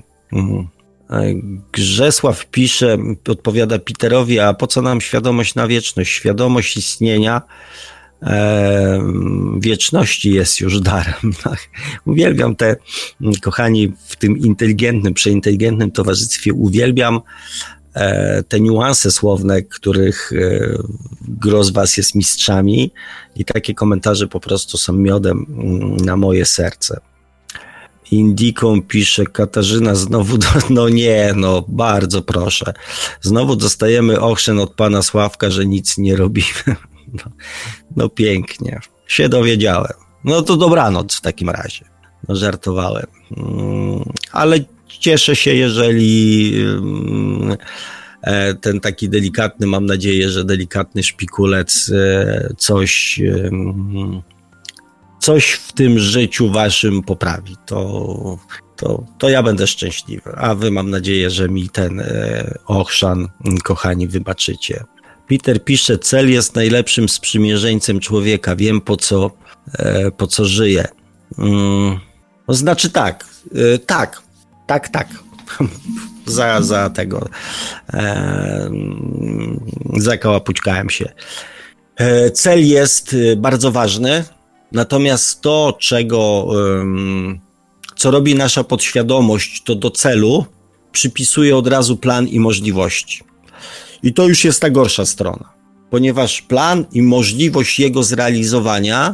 Grzesław pisze, odpowiada Peterowi, a po co nam świadomość na wieczność? Świadomość istnienia e, wieczności jest już darem. Uwielbiam te, kochani, w tym inteligentnym, przeinteligentnym towarzystwie uwielbiam e, te niuanse słowne, których e, gro z was jest mistrzami i takie komentarze po prostu są miodem na moje serce. Indiką pisze Katarzyna znowu, do, no nie, no bardzo proszę. Znowu dostajemy ochrzan od pana Sławka, że nic nie robimy. No, no pięknie, się dowiedziałem. No to dobranoc w takim razie. No żartowałem. Ale cieszę się, jeżeli ten taki delikatny, mam nadzieję, że delikatny szpikulec coś, coś w tym życiu waszym poprawi. To, to, to ja będę szczęśliwy. A wy, mam nadzieję, że mi ten ochrzan, kochani, wybaczycie. Peter pisze, cel jest najlepszym sprzymierzeńcem człowieka. Wiem, po co, po co żyje. To znaczy tak, tak, tak, tak. za, za tego e, zakałapućkałem się. E, cel jest bardzo ważny, natomiast to, czego e, co robi nasza podświadomość, to do celu przypisuje od razu plan i możliwości. I to już jest ta gorsza strona, ponieważ plan i możliwość jego zrealizowania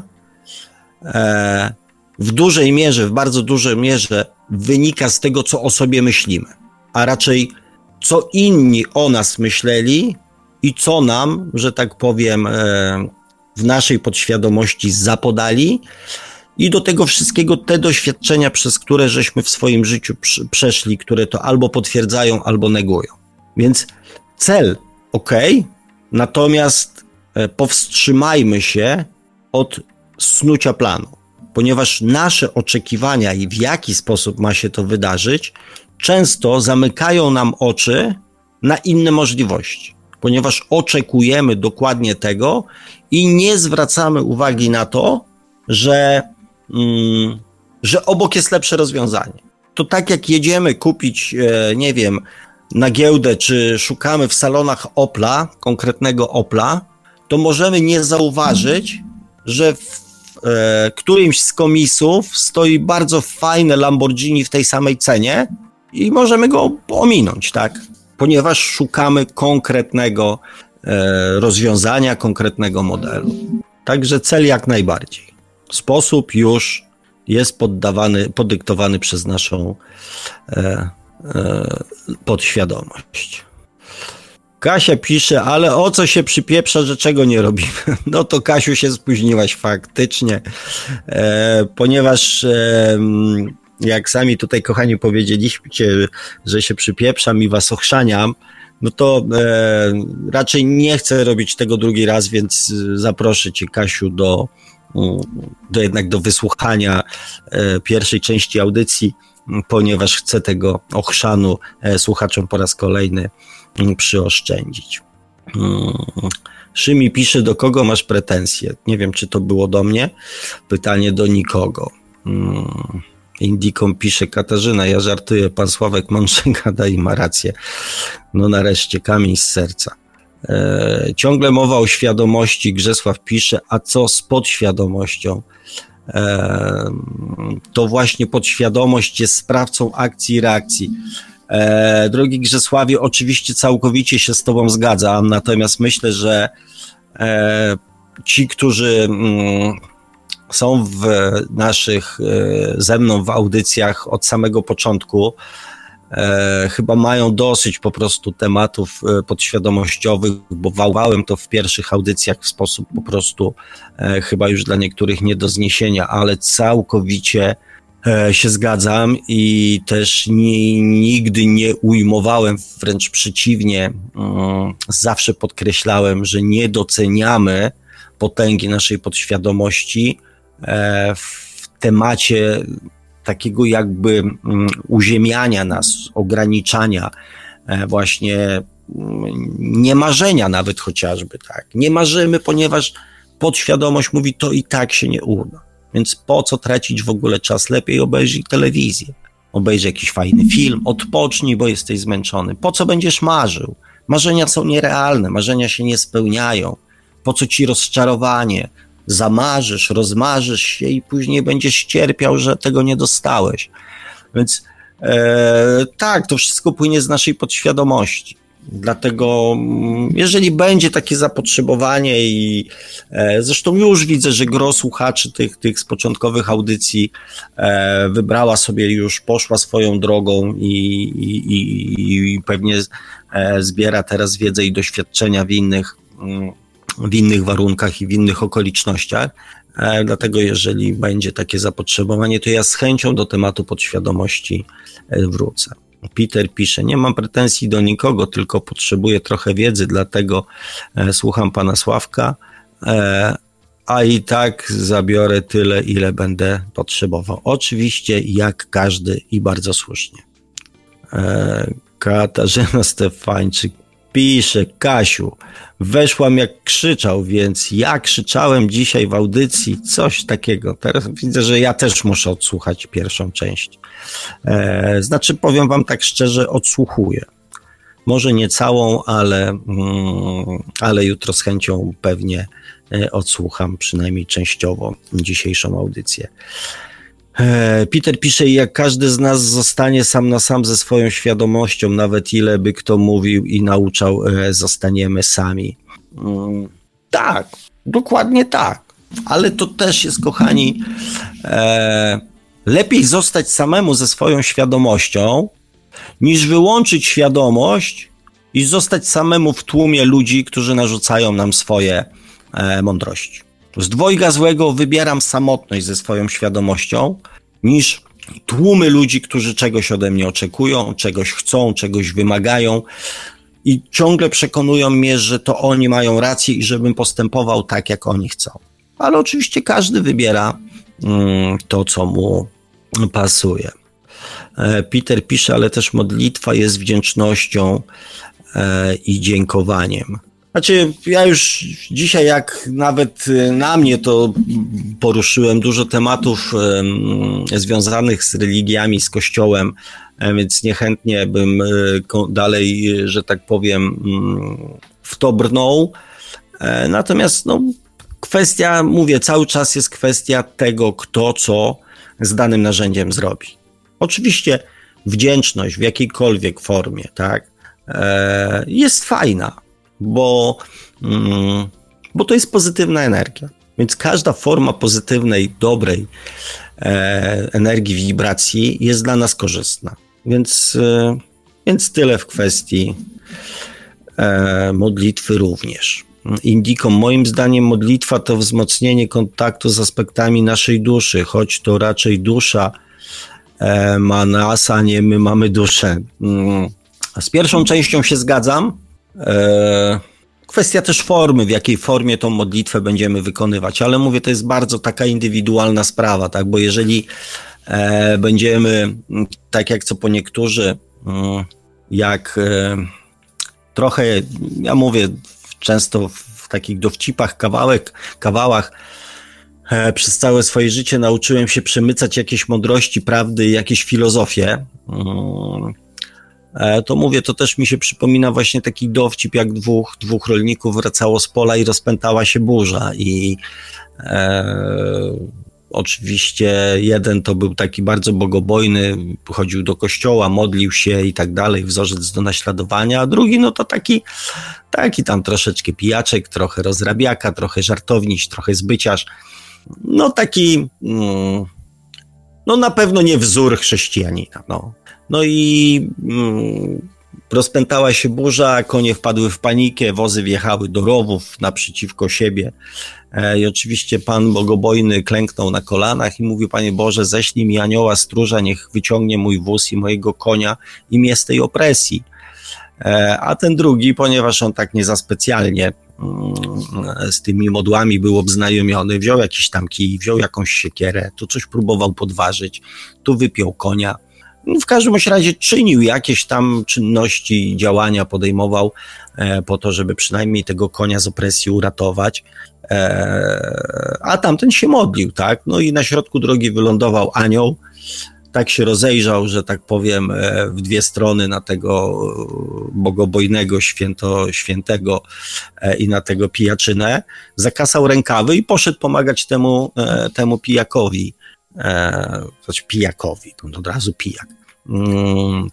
e, w dużej mierze, w bardzo dużej mierze wynika z tego, co o sobie myślimy, a raczej co inni o nas myśleli i co nam, że tak powiem, w naszej podświadomości zapodali i do tego wszystkiego te doświadczenia, przez które żeśmy w swoim życiu przeszli, które to albo potwierdzają, albo negują. Więc cel ok, natomiast powstrzymajmy się od snucia planu, ponieważ nasze oczekiwania i w jaki sposób ma się to wydarzyć, często zamykają nam oczy na inne możliwości, ponieważ oczekujemy dokładnie tego i nie zwracamy uwagi na to, że, mm, że obok jest lepsze rozwiązanie. To tak jak jedziemy kupić, e, nie wiem, na giełdę, czy szukamy w salonach Opla, konkretnego Opla, to możemy nie zauważyć, że w e, którymś z komisów stoi bardzo fajne Lamborghini w tej samej cenie i możemy go ominąć, tak? Ponieważ szukamy konkretnego e, rozwiązania, konkretnego modelu. Także cel jak najbardziej. Sposób już jest poddawany, podyktowany przez naszą e, e, podświadomość. Kasia pisze, ale o co się przypieprza, że czego nie robimy? No to Kasiu, się spóźniłaś faktycznie, e, ponieważ e, jak sami tutaj, kochani, powiedzieliście, że się przypieprzam i was ochrzaniam, no to e, raczej nie chcę robić tego drugi raz, więc zaproszę cię, Kasiu, do, do jednak do wysłuchania e, pierwszej części audycji, ponieważ chcę tego ochrzanu e, słuchaczom po raz kolejny przyoszczędzić. Szymi pisze, do kogo masz pretensje? Nie wiem, czy to było do mnie. Pytanie do nikogo. Indikom pisze, Katarzyna, ja żartuję, pan Sławek mądrze gada i ma rację. No nareszcie, kamień z serca. E, ciągle mowa o świadomości, Grzesław pisze, a co z podświadomością? E, to właśnie podświadomość jest sprawcą akcji i reakcji. E, drogi Grzesławie, oczywiście całkowicie się z tobą zgadzam, natomiast myślę, że e, ci, którzy mm, są w naszych, e, ze mną w audycjach od samego początku, e, chyba mają dosyć po prostu tematów e, podświadomościowych, bo wałowałem to w pierwszych audycjach w sposób po prostu e, chyba już dla niektórych nie do zniesienia, ale całkowicie się zgadzam i też nie, nigdy nie ujmowałem, wręcz przeciwnie, zawsze podkreślałem, że nie doceniamy potęgi naszej podświadomości w temacie takiego jakby uziemiania nas, ograniczania, właśnie niemarzenia nawet chociażby, tak. Nie marzymy, ponieważ podświadomość mówi, to i tak się nie uda. Więc po co tracić w ogóle czas? Lepiej obejrzyj telewizję. Obejrzyj jakiś fajny film, odpocznij, bo jesteś zmęczony. Po co będziesz marzył? Marzenia są nierealne, marzenia się nie spełniają. Po co ci rozczarowanie? Zamarzysz, rozmarzysz się i później będziesz cierpiał, że tego nie dostałeś. Więc e, tak, to wszystko płynie z naszej podświadomości. Dlatego jeżeli będzie takie zapotrzebowanie i e, zresztą już widzę, że gro słuchaczy tych, tych z początkowych audycji e, wybrała sobie już, poszła swoją drogą i, i, i pewnie e, zbiera teraz wiedzę i doświadczenia w innych, w innych warunkach i w innych okolicznościach. E, dlatego jeżeli będzie takie zapotrzebowanie, to ja z chęcią do tematu podświadomości e, wrócę. Peter pisze, nie mam pretensji do nikogo, tylko potrzebuję trochę wiedzy, dlatego e, słucham pana Sławka, e, a i tak zabiorę tyle, ile będę potrzebował. Oczywiście jak każdy i bardzo słusznie. E, Katarzyna Stefańczyk pisze, Kasiu, weszłam jak krzyczał, więc ja krzyczałem dzisiaj w audycji, coś takiego. Teraz widzę, że ja też muszę odsłuchać pierwszą część. E, znaczy, powiem wam tak szczerze, odsłuchuję. Może nie całą, ale, mm, ale jutro z chęcią pewnie odsłucham, przynajmniej częściowo, dzisiejszą audycję. Peter pisze, jak każdy z nas zostanie sam na sam ze swoją świadomością, nawet ile by kto mówił i nauczał, zostaniemy sami. Tak, dokładnie tak, ale to też jest, kochani, e, lepiej zostać samemu ze swoją świadomością, niż wyłączyć świadomość i zostać samemu w tłumie ludzi, którzy narzucają nam swoje e, mądrości. Z dwojga złego wybieram samotność ze swoją świadomością, niż tłumy ludzi, którzy czegoś ode mnie oczekują, czegoś chcą, czegoś wymagają i ciągle przekonują mnie, że to oni mają rację i żebym postępował tak, jak oni chcą. Ale oczywiście każdy wybiera mm, to, co mu pasuje. E, Peter pisze, ale też modlitwa jest wdzięcznością e, i dziękowaniem. Znaczy, ja już dzisiaj, jak nawet na mnie, to poruszyłem dużo tematów um, związanych z religiami, z Kościołem, więc niechętnie bym dalej, że tak powiem, w to brnął. Natomiast no, kwestia, mówię, cały czas jest kwestia tego, kto co z danym narzędziem zrobi. Oczywiście wdzięczność w jakiejkolwiek formie, tak, jest fajna. Bo, mm, bo to jest pozytywna energia. Więc każda forma pozytywnej, dobrej e, energii, wibracji jest dla nas korzystna. Więc, e, więc tyle w kwestii e, modlitwy również. Indikom, moim zdaniem modlitwa to wzmocnienie kontaktu z aspektami naszej duszy, choć to raczej dusza e, ma nas, a nie my mamy duszę. Mm. Z pierwszą częścią się zgadzam. Kwestia też formy, w jakiej formie tą modlitwę będziemy wykonywać, ale mówię, to jest bardzo taka indywidualna sprawa, tak, bo jeżeli e, będziemy, tak jak co po niektórzy, jak e, trochę, ja mówię często w takich dowcipach, kawałek, kawałach, e, przez całe swoje życie nauczyłem się przemycać jakieś mądrości, prawdy, jakieś filozofie, mm. To mówię, to też mi się przypomina właśnie taki dowcip, jak dwóch, dwóch rolników wracało z pola i rozpętała się burza i e, oczywiście jeden to był taki bardzo bogobojny, chodził do kościoła, modlił się i tak dalej, wzorzec do naśladowania, a drugi no to taki, taki tam troszeczkę pijaczek, trochę rozrabiaka, trochę żartowniś, trochę zbyciarz, no taki, mm, no na pewno nie wzór chrześcijanina, no. No i mm, rozpętała się burza, konie wpadły w panikę, wozy wjechały do rowów naprzeciwko siebie e, i oczywiście pan bogobojny klęknął na kolanach i mówił, Panie Boże, ześlij mi anioła stróża, niech wyciągnie mój wóz i mojego konia i mnie z tej opresji. E, a ten drugi, ponieważ on tak nie za specjalnie mm, z tymi modłami był obznajomiony, wziął jakiś tam kij, wziął jakąś siekierę, tu coś próbował podważyć, tu wypiął konia. W każdym razie czynił jakieś tam czynności, działania podejmował e, po to, żeby przynajmniej tego konia z opresji uratować, e, a tamten się modlił, tak? No i na środku drogi wylądował anioł, tak się rozejrzał, że tak powiem, e, w dwie strony na tego bogobojnego, święto, świętego e, i na tego pijaczynę, zakasał rękawy i poszedł pomagać temu, e, temu pijakowi. E, znaczy pijakowi, to od razu pijak. Mm,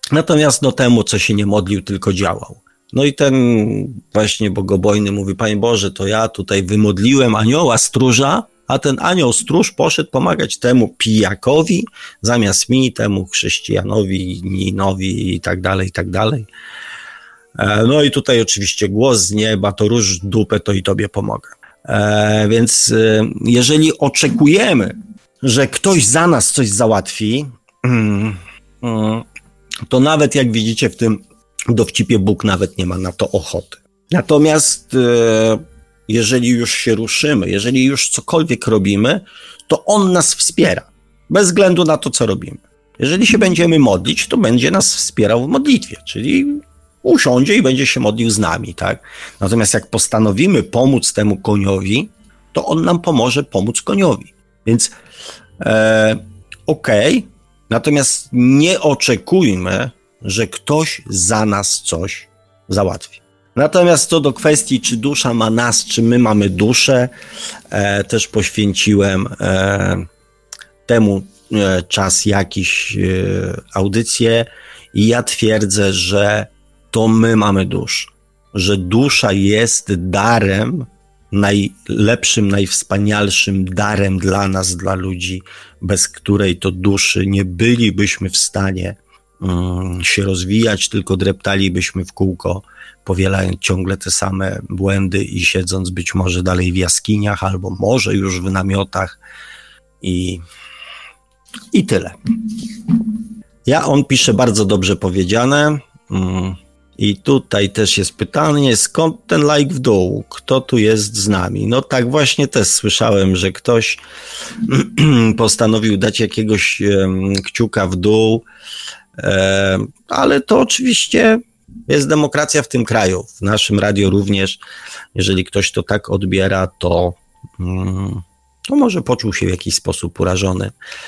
Natomiast do temu, co się nie modlił, tylko działał. No i ten właśnie bogobojny mówi, Panie Boże, to ja tutaj wymodliłem anioła stróża, a ten anioł stróż poszedł pomagać temu pijakowi, zamiast mi, temu chrześcijanowi, ninowi i tak dalej, i tak dalej. No i tutaj oczywiście głos z nieba, to róż dupę, to i tobie pomogę. E, więc e, jeżeli oczekujemy, że ktoś za nas coś załatwi, mm, mm, to nawet jak widzicie w tym dowcipie, Bóg nawet nie ma na to ochoty. Natomiast e, jeżeli już się ruszymy, jeżeli już cokolwiek robimy, to On nas wspiera, bez względu na to, co robimy. Jeżeli się będziemy modlić, to będzie nas wspierał w modlitwie, czyli usiądzie i będzie się modlił z nami, tak? Natomiast jak postanowimy pomóc temu koniowi, to on nam pomoże pomóc koniowi. Więc e, okej, okay. Natomiast nie oczekujmy, że ktoś za nas coś załatwi. Natomiast co do kwestii, czy dusza ma nas, czy my mamy duszę, e, też poświęciłem e, temu e, czas jakiś e, audycję i ja twierdzę, że to my mamy duszę, że dusza jest darem, najlepszym, najwspanialszym darem dla nas, dla ludzi, bez której to duszy nie bylibyśmy w stanie um, się rozwijać, tylko dreptalibyśmy w kółko, powielając ciągle te same błędy i siedząc być może dalej w jaskiniach, albo może już w namiotach i, i tyle. Ja, on pisze bardzo dobrze powiedziane. Um, I tutaj też jest pytanie, skąd ten like w dół? Kto tu jest z nami? No tak właśnie też słyszałem, że ktoś postanowił dać jakiegoś kciuka w dół, ale to oczywiście jest demokracja w tym kraju, w naszym radiu również. Jeżeli ktoś to tak odbiera, to, to może poczuł się w jakiś sposób urażony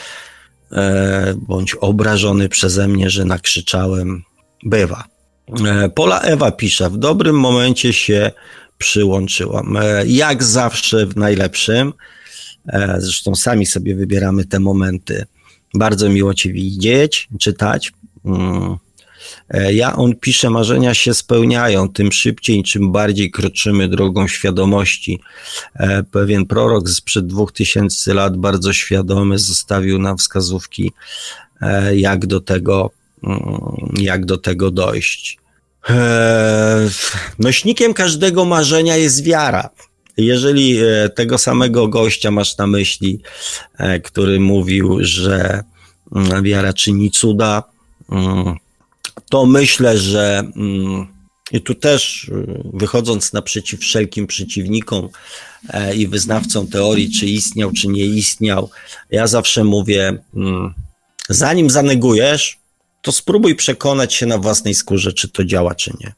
bądź obrażony przeze mnie, że nakrzyczałem. Bywa. Pola Ewa pisze, w dobrym momencie się przyłączyłam. Jak zawsze w najlepszym. Zresztą sami sobie wybieramy te momenty. Bardzo miło Cię widzieć, czytać. Ja, on pisze, marzenia się spełniają, tym szybciej, czym bardziej kroczymy drogą świadomości. Pewien prorok sprzed dwóch tysięcy lat, bardzo świadomy, zostawił nam wskazówki, jak do tego jak do tego dojść. Eee, nośnikiem każdego marzenia jest wiara. Jeżeli tego samego gościa masz na myśli, e, który mówił, że mm, wiara czyni cuda, mm, to myślę, że mm, i tu też wychodząc naprzeciw wszelkim przeciwnikom e, i wyznawcom teorii, czy istniał, czy nie istniał, ja zawsze mówię, mm, zanim zanegujesz, to spróbuj przekonać się na własnej skórze, czy to działa, czy nie.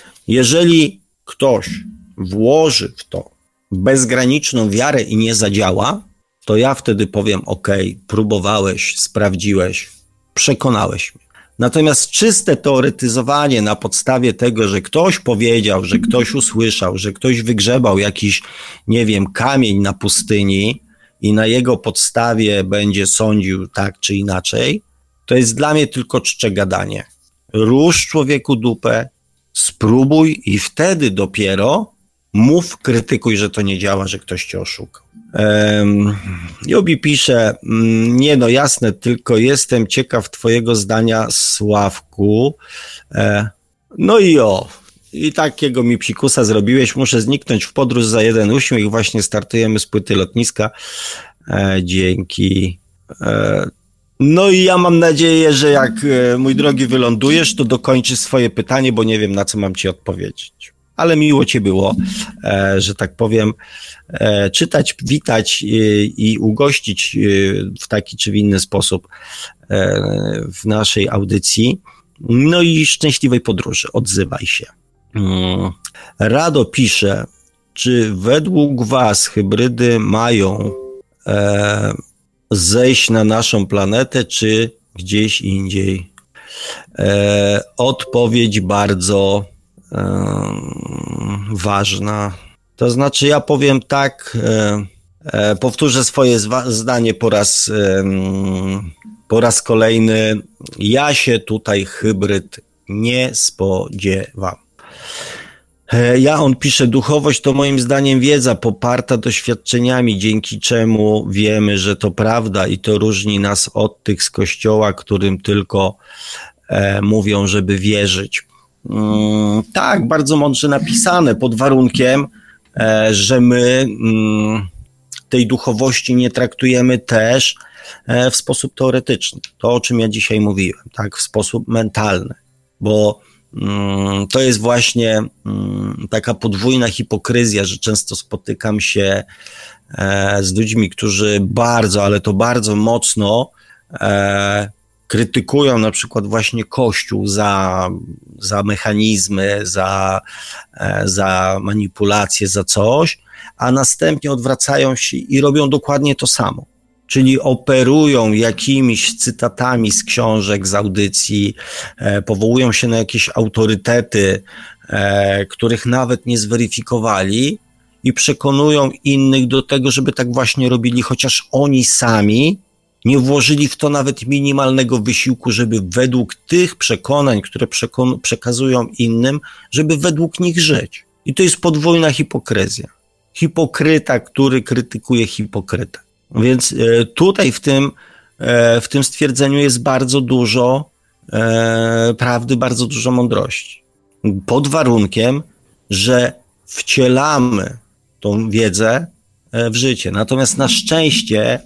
Jeżeli ktoś włoży w to bezgraniczną wiarę i nie zadziała, to ja wtedy powiem, ok, próbowałeś, sprawdziłeś, przekonałeś mnie. Natomiast czyste teoretyzowanie na podstawie tego, że ktoś powiedział, że ktoś usłyszał, że ktoś wygrzebał jakiś, nie wiem, kamień na pustyni i na jego podstawie będzie sądził tak czy inaczej, to jest dla mnie tylko czcze gadanie. Rusz człowieku dupę, spróbuj i wtedy dopiero mów, krytykuj, że to nie działa, że ktoś cię oszukał. Um, Jobi pisze, nie no jasne, tylko jestem ciekaw twojego zdania, Sławku. E, no i o, i takiego mi psikusa zrobiłeś, muszę zniknąć w podróż za jeden uśmiech, właśnie startujemy z płyty lotniska. E, dzięki. E, No i ja mam nadzieję, że jak, mój drogi, wylądujesz, to dokończysz swoje pytanie, bo nie wiem, na co mam ci odpowiedzieć. Ale miło cię było, e, że tak powiem, e, czytać, witać i, i ugościć w taki czy w inny sposób e, w naszej audycji. No i szczęśliwej podróży, odzywaj się. Mm. Rado pisze, czy według was hybrydy mają e, zejść na naszą planetę, czy gdzieś indziej? E, odpowiedź bardzo e, ważna. To znaczy, ja powiem tak, e, e, powtórzę swoje zwa- zdanie po raz e, po raz kolejny ja się tutaj hybryd nie spodziewam. Ja, on pisze, duchowość to moim zdaniem wiedza poparta doświadczeniami, dzięki czemu wiemy, że to prawda i to różni nas od tych z Kościoła, którym tylko e, mówią, żeby wierzyć. Mm, tak, bardzo mądrze napisane, pod warunkiem, e, że my mm, tej duchowości nie traktujemy też e, w sposób teoretyczny. To, o czym ja dzisiaj mówiłem, tak, w sposób mentalny, bo to jest właśnie taka podwójna hipokryzja, że często spotykam się z ludźmi, którzy bardzo, ale to bardzo mocno krytykują na przykład właśnie Kościół za, za mechanizmy, za, za manipulacje, za coś, a następnie odwracają się i robią dokładnie to samo. Czyli operują jakimiś cytatami z książek, z audycji, e, powołują się na jakieś autorytety, e, których nawet nie zweryfikowali i przekonują innych do tego, żeby tak właśnie robili, chociaż oni sami nie włożyli w to nawet minimalnego wysiłku, żeby według tych przekonań, które przekon- przekazują innym, żeby według nich żyć. I to jest podwójna hipokryzja. Hipokryta, który krytykuje hipokrytę. Więc tutaj w tym, w tym stwierdzeniu jest bardzo dużo prawdy, bardzo dużo mądrości. Pod warunkiem, że wcielamy tą wiedzę w życie. Natomiast na szczęście,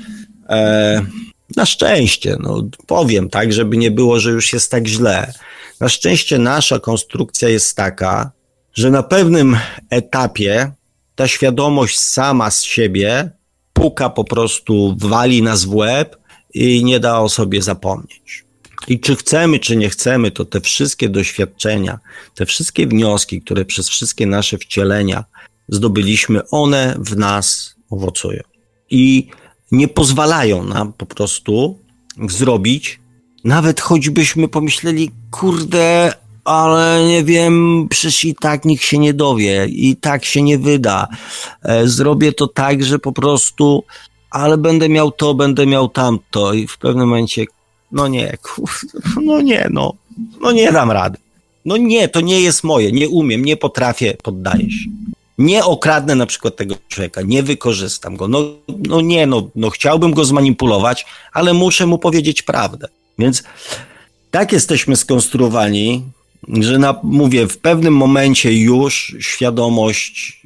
na szczęście, no powiem tak, żeby nie było, że już jest tak źle. Na szczęście nasza konstrukcja jest taka, że na pewnym etapie ta świadomość sama z siebie puka po prostu, wali nas w łeb i nie da o sobie zapomnieć. I czy chcemy, czy nie chcemy, to te wszystkie doświadczenia, te wszystkie wnioski, które przez wszystkie nasze wcielenia zdobyliśmy, one w nas owocują. I nie pozwalają nam po prostu zrobić, nawet choćbyśmy pomyśleli, kurde, ale nie wiem, przecież i tak nikt się nie dowie, i tak się nie wyda. Zrobię to tak, że po prostu, ale będę miał to, będę miał tamto i w pewnym momencie, no nie, kurde, no nie, no, no nie dam rady. No nie, to nie jest moje, nie umiem, nie potrafię, poddaję się. Nie okradnę na przykład tego człowieka, nie wykorzystam go. No, no nie, no, no chciałbym go zmanipulować, ale muszę mu powiedzieć prawdę. Więc tak jesteśmy skonstruowani, że na, mówię, w pewnym momencie już świadomość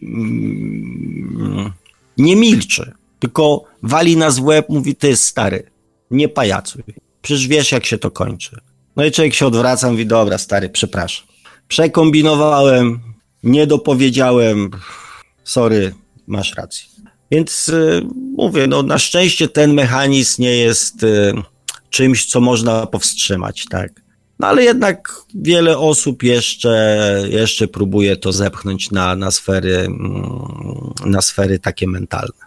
mm, nie milczy, tylko wali nas w łeb, mówi, ty jest stary, nie pajacuj, przecież wiesz jak się to kończy. No i człowiek się odwraca, mówi, dobra stary, przepraszam, przekombinowałem, nie dopowiedziałem, sorry, masz rację. Więc y, mówię, no na szczęście ten mechanizm nie jest y, czymś, co można powstrzymać, tak. No ale jednak wiele osób jeszcze, jeszcze próbuje to zepchnąć na, na sfery, na sfery takie mentalne.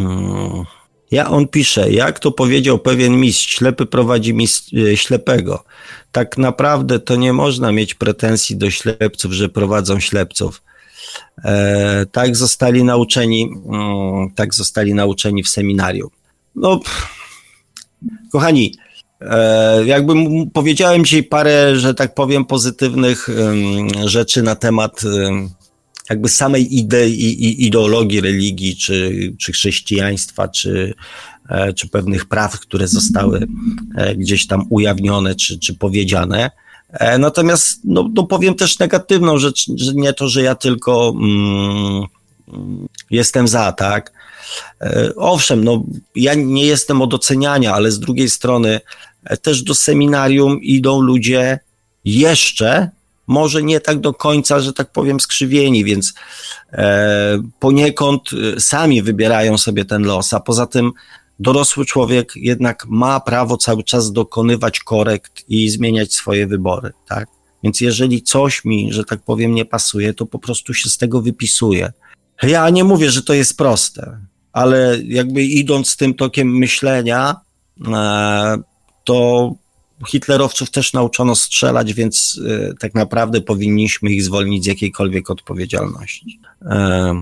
Ja, on pisze, jak to powiedział pewien mistrz, ślepy prowadzi mistrz, ślepego. Tak naprawdę to nie można mieć pretensji do ślepców, że prowadzą ślepców. E, tak zostali nauczeni, tak zostali nauczeni w seminarium. No, pff, kochani, jakby powiedziałem dzisiaj parę, że tak powiem, pozytywnych rzeczy na temat jakby samej idei i ideologii religii, czy, czy chrześcijaństwa, czy, czy pewnych praw, które zostały gdzieś tam ujawnione, czy, czy powiedziane. Natomiast no, no powiem też negatywną rzecz, że nie to, że ja tylko mm, jestem za, tak? Owszem, no ja nie jestem od oceniania, ale z drugiej strony też do seminarium idą ludzie jeszcze, może nie tak do końca, że tak powiem, skrzywieni, więc e, poniekąd sami wybierają sobie ten los, a poza tym dorosły człowiek jednak ma prawo cały czas dokonywać korekt i zmieniać swoje wybory, tak? Więc jeżeli coś mi, że tak powiem, nie pasuje, to po prostu się z tego wypisuję. Ja nie mówię, że to jest proste, ale jakby idąc tym tokiem myślenia, e, to hitlerowców też nauczono strzelać, więc e, tak naprawdę powinniśmy ich zwolnić z jakiejkolwiek odpowiedzialności. E,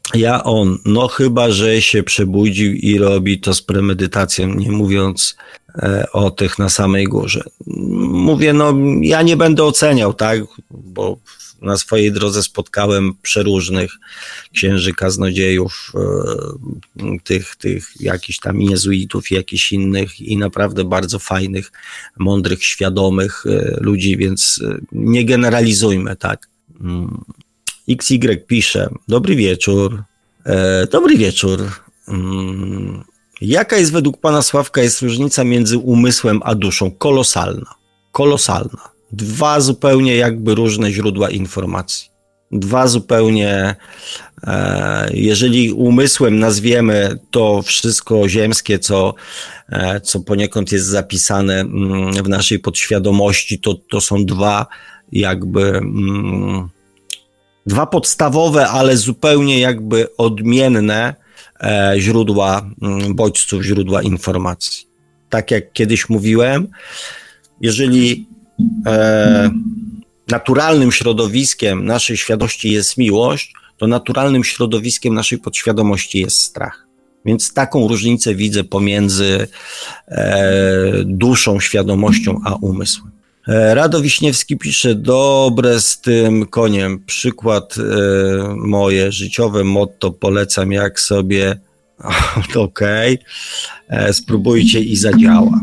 Ja on, no chyba, że się przebudził i robi to z premedytacją, nie mówiąc e, o tych na samej górze. Mówię, no ja nie będę oceniał, tak, bo na swojej drodze spotkałem przeróżnych księży kaznodziejów, e, tych, tych jakichś tam jezuitów i jakichś innych i naprawdę bardzo fajnych, mądrych, świadomych e, ludzi, więc nie generalizujmy, tak. Mm. X Y pisze, dobry wieczór, e, dobry wieczór. Mm, jaka jest według pana Sławka jest różnica między umysłem a duszą? Kolosalna, kolosalna. Dwa zupełnie jakby różne źródła informacji. Dwa zupełnie, e, jeżeli umysłem nazwiemy to wszystko ziemskie, co, e, co poniekąd jest zapisane mm, w naszej podświadomości, to, to są dwa jakby... Mm, Dwa podstawowe, ale zupełnie jakby odmienne e, źródła m, bodźców, źródła informacji. Tak jak kiedyś mówiłem, jeżeli e, naturalnym środowiskiem naszej świadomości jest miłość, to naturalnym środowiskiem naszej podświadomości jest strach. Więc taką różnicę widzę pomiędzy e, duszą, świadomością a umysłem. Rado Wiśniewski pisze, dobre z tym koniem, przykład e, moje, życiowe motto polecam jak sobie, okej, okay. Spróbujcie i zadziała.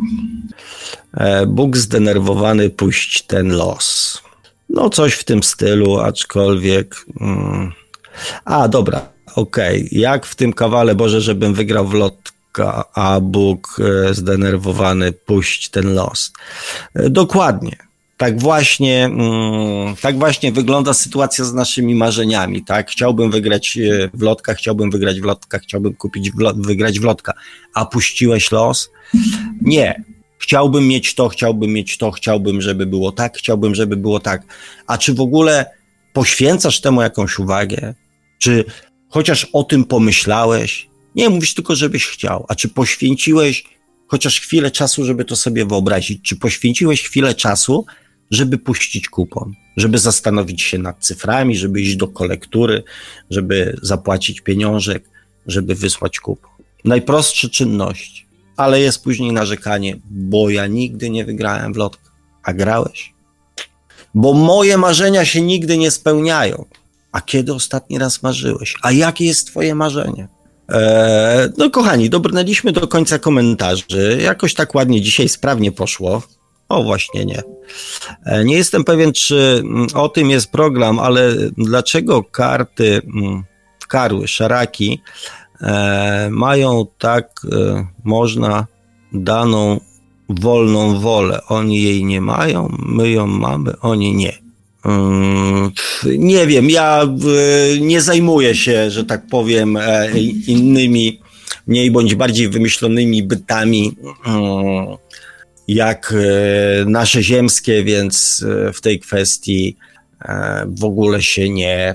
E, Bóg zdenerwowany, puść ten los. No coś w tym stylu, aczkolwiek, mm. a dobra, okej, okay. Jak w tym kawale, Boże, żebym wygrał w lotka, a Bóg e, zdenerwowany, puść ten los. E, dokładnie. Tak właśnie, tak właśnie wygląda sytuacja z naszymi marzeniami, tak? Chciałbym wygrać w lotka, chciałbym wygrać w lotka, chciałbym kupić w lot, wygrać w lotka, a puściłeś los? Nie. Chciałbym mieć to, chciałbym mieć to, chciałbym, żeby było tak, chciałbym, żeby było tak. A czy w ogóle poświęcasz temu jakąś uwagę? Czy chociaż o tym pomyślałeś? Nie, mówisz tylko, żebyś chciał. A czy poświęciłeś chociaż chwilę czasu, żeby to sobie wyobrazić? Czy poświęciłeś chwilę czasu, żeby puścić kupon, żeby zastanowić się nad cyframi, żeby iść do kolektury, żeby zapłacić pieniążek, żeby wysłać kupon. Najprostsze czynności, ale jest później narzekanie, bo ja nigdy nie wygrałem w lotka. A grałeś? Bo moje marzenia się nigdy nie spełniają. A kiedy ostatni raz marzyłeś? A jakie jest twoje marzenie? Eee, no kochani, dobrnęliśmy do końca komentarzy. Jakoś tak ładnie dzisiaj sprawnie poszło. O, właśnie nie. Nie jestem pewien, czy o tym jest program, ale dlaczego karty, karły, szaraki e, mają tak e, można daną wolną wolę. Oni jej nie mają, my ją mamy, oni nie. Hmm, nie wiem, ja e, nie zajmuję się, że tak powiem, e, innymi mniej bądź bardziej wymyślonymi bytami, hmm, jak nasze ziemskie, więc w tej kwestii w ogóle się nie,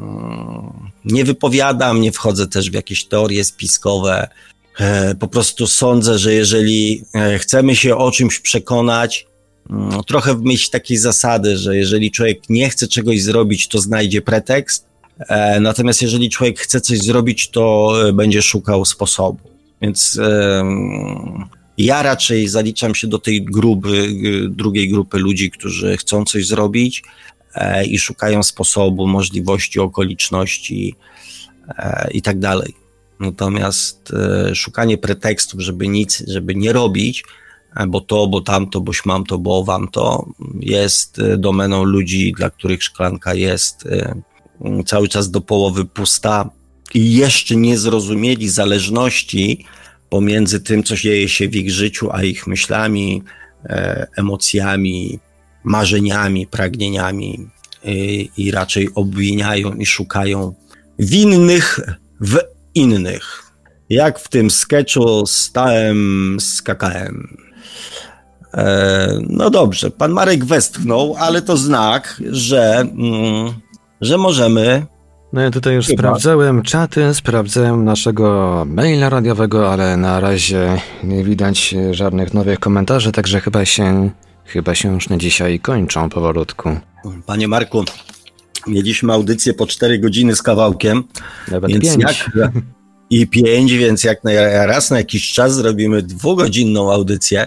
nie wypowiadam, nie wchodzę też w jakieś teorie spiskowe. Po prostu sądzę, że jeżeli chcemy się o czymś przekonać, trochę w myśl takiej zasady, że jeżeli człowiek nie chce czegoś zrobić, to znajdzie pretekst, natomiast jeżeli człowiek chce coś zrobić, to będzie szukał sposobu. Więc ja raczej zaliczam się do tej grupy, drugiej grupy ludzi, którzy chcą coś zrobić e, i szukają sposobu, możliwości, okoliczności e, i tak dalej. Natomiast e, szukanie pretekstów, żeby nic, żeby nie robić, e, bo to, bo tamto, boś mam to, bo wam to, jest e, domeną ludzi, dla których szklanka jest e, cały czas do połowy pusta i jeszcze nie zrozumieli zależności pomiędzy tym, co dzieje się w ich życiu, a ich myślami, e, emocjami, marzeniami, pragnieniami i, i raczej obwiniają i szukają winnych w innych. Jak w tym sketchu stałem, skakałem. E, no dobrze, pan Marek westchnął, ale to znak, że, mm, że możemy... No ja tutaj już Chyba. sprawdzałem czaty, sprawdzałem naszego maila radiowego, ale na razie nie widać żadnych nowych komentarzy, także chyba się, chyba się już na dzisiaj kończą powolutku. Panie Marku, Mieliśmy audycję po cztery godziny z kawałkiem. Nawet więc pięć. Jak, I pięć, więc jak na, raz na jakiś czas zrobimy dwugodzinną audycję,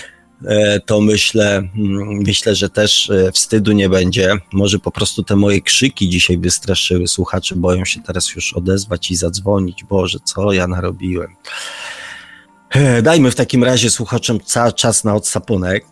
to myślę, myślę, że też wstydu nie będzie. Może po prostu te moje krzyki dzisiaj wystraszyły słuchaczy, boją się teraz już odezwać i zadzwonić. Boże, co ja narobiłem. Dajmy w takim razie słuchaczom cały czas na odsapunek.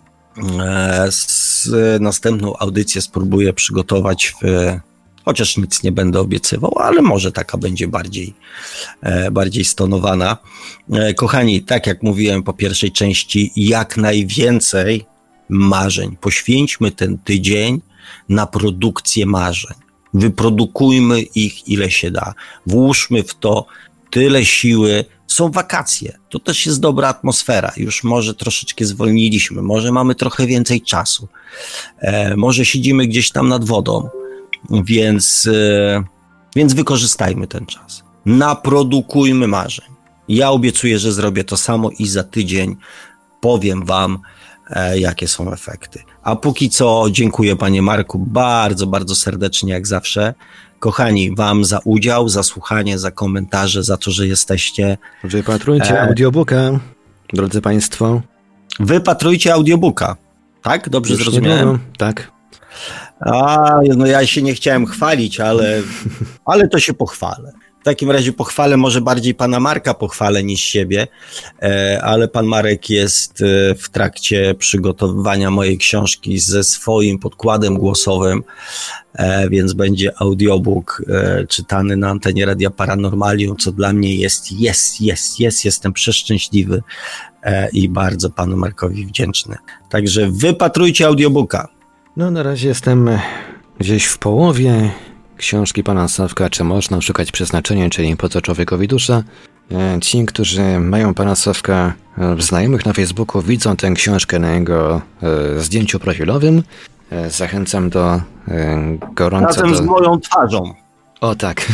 Z następną audycję spróbuję przygotować w, chociaż nic nie będę obiecywał, ale może taka będzie bardziej, bardziej stonowana. Kochani, tak jak mówiłem po pierwszej części, jak najwięcej marzeń. Poświęćmy ten tydzień na produkcję marzeń. Wyprodukujmy ich ile się da. Włóżmy w to tyle siły. Są wakacje, to też jest dobra atmosfera, już może troszeczkę zwolniliśmy, może mamy trochę więcej czasu, e, może siedzimy gdzieś tam nad wodą, więc, e, więc wykorzystajmy ten czas, naprodukujmy marzeń. Ja obiecuję, że zrobię to samo i za tydzień powiem wam, e, jakie są efekty. A póki co dziękuję panie Marku bardzo, bardzo serdecznie jak zawsze. Kochani, wam za udział, za słuchanie, za komentarze, za to, że jesteście. Wypatrujcie e... audiobooka, drodzy państwo. Wypatrujcie audiobooka, tak? Dobrze Już zrozumiałem? niedługo, tak. A, no ja się nie chciałem chwalić, ale, ale to się pochwalę. W takim razie pochwalę, może bardziej pana Marka pochwalę niż siebie, ale pan Marek jest w trakcie przygotowywania mojej książki ze swoim podkładem głosowym, więc będzie audiobook czytany na antenie Radia Paranormalium, co dla mnie jest, jest, jest, jest, jestem przeszczęśliwy i bardzo panu Markowi wdzięczny. Także wypatrujcie audiobooka. No na razie jestem gdzieś w połowie książki pana Sławka, Czy można szukać przeznaczenia, czyli Po co człowiekowi dusza. Ci, którzy mają pana Sławka w znajomych na Facebooku, widzą tę książkę na jego e, zdjęciu profilowym. E, zachęcam do e, gorąco... Razem do... z moją twarzą. O tak.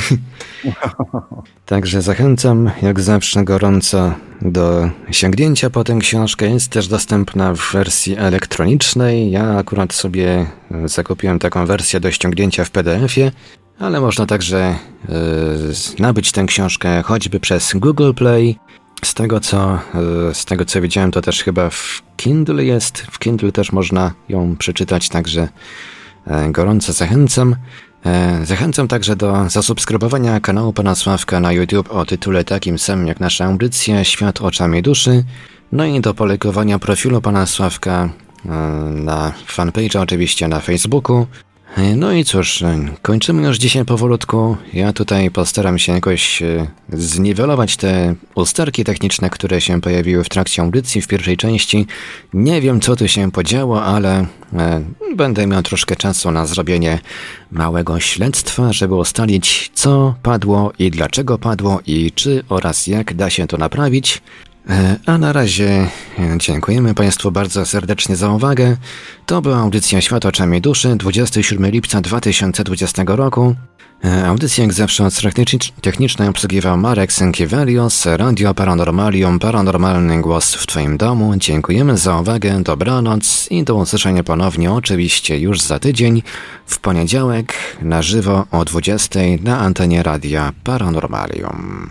Także zachęcam jak zawsze gorąco do sięgnięcia po tę książkę. Jest też dostępna w wersji elektronicznej. Ja akurat sobie zakupiłem taką wersję do ściągnięcia w P D F ie, ale można także yy, nabyć tę książkę choćby przez Google Play. Z tego co, yy, z tego co widziałem, to też chyba w Kindle jest. W Kindle też można ją przeczytać, także yy, gorąco zachęcam. Zachęcam także do zasubskrybowania kanału pana Sławka na YouTube o tytule takim samym jak nasza audycja Świat oczami duszy, no i do polajkowania profilu pana Sławka na fanpage'a oczywiście na Facebooku. No i cóż, kończymy już dzisiaj powolutku. Ja tutaj postaram się jakoś zniwelować te usterki techniczne, które się pojawiły w trakcie audycji w pierwszej części. Nie wiem, co tu się podziało, ale będę miał troszkę czasu na zrobienie małego śledztwa, żeby ustalić, co padło i dlaczego padło i czy oraz jak da się to naprawić. A na razie dziękujemy państwu bardzo serdecznie za uwagę. To była audycja Świat oczami duszy, dwudziestego siódmego lipca dwa tysiące dwudziestego roku. Audycję jak zawsze od strony technicznej obsługiwał Marek Sękiewelios, Radio Paranormalium, paranormalny głos w twoim domu. Dziękujemy za uwagę, dobranoc i do usłyszenia ponownie oczywiście już za tydzień, w poniedziałek na żywo o dwudziestej na antenie Radia Paranormalium.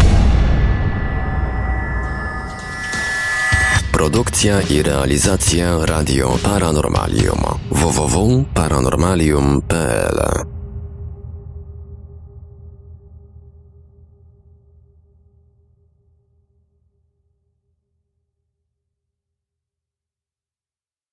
Produkcja i realizacja Radio Paranormalium. w w w kropka paranormalium kropka p l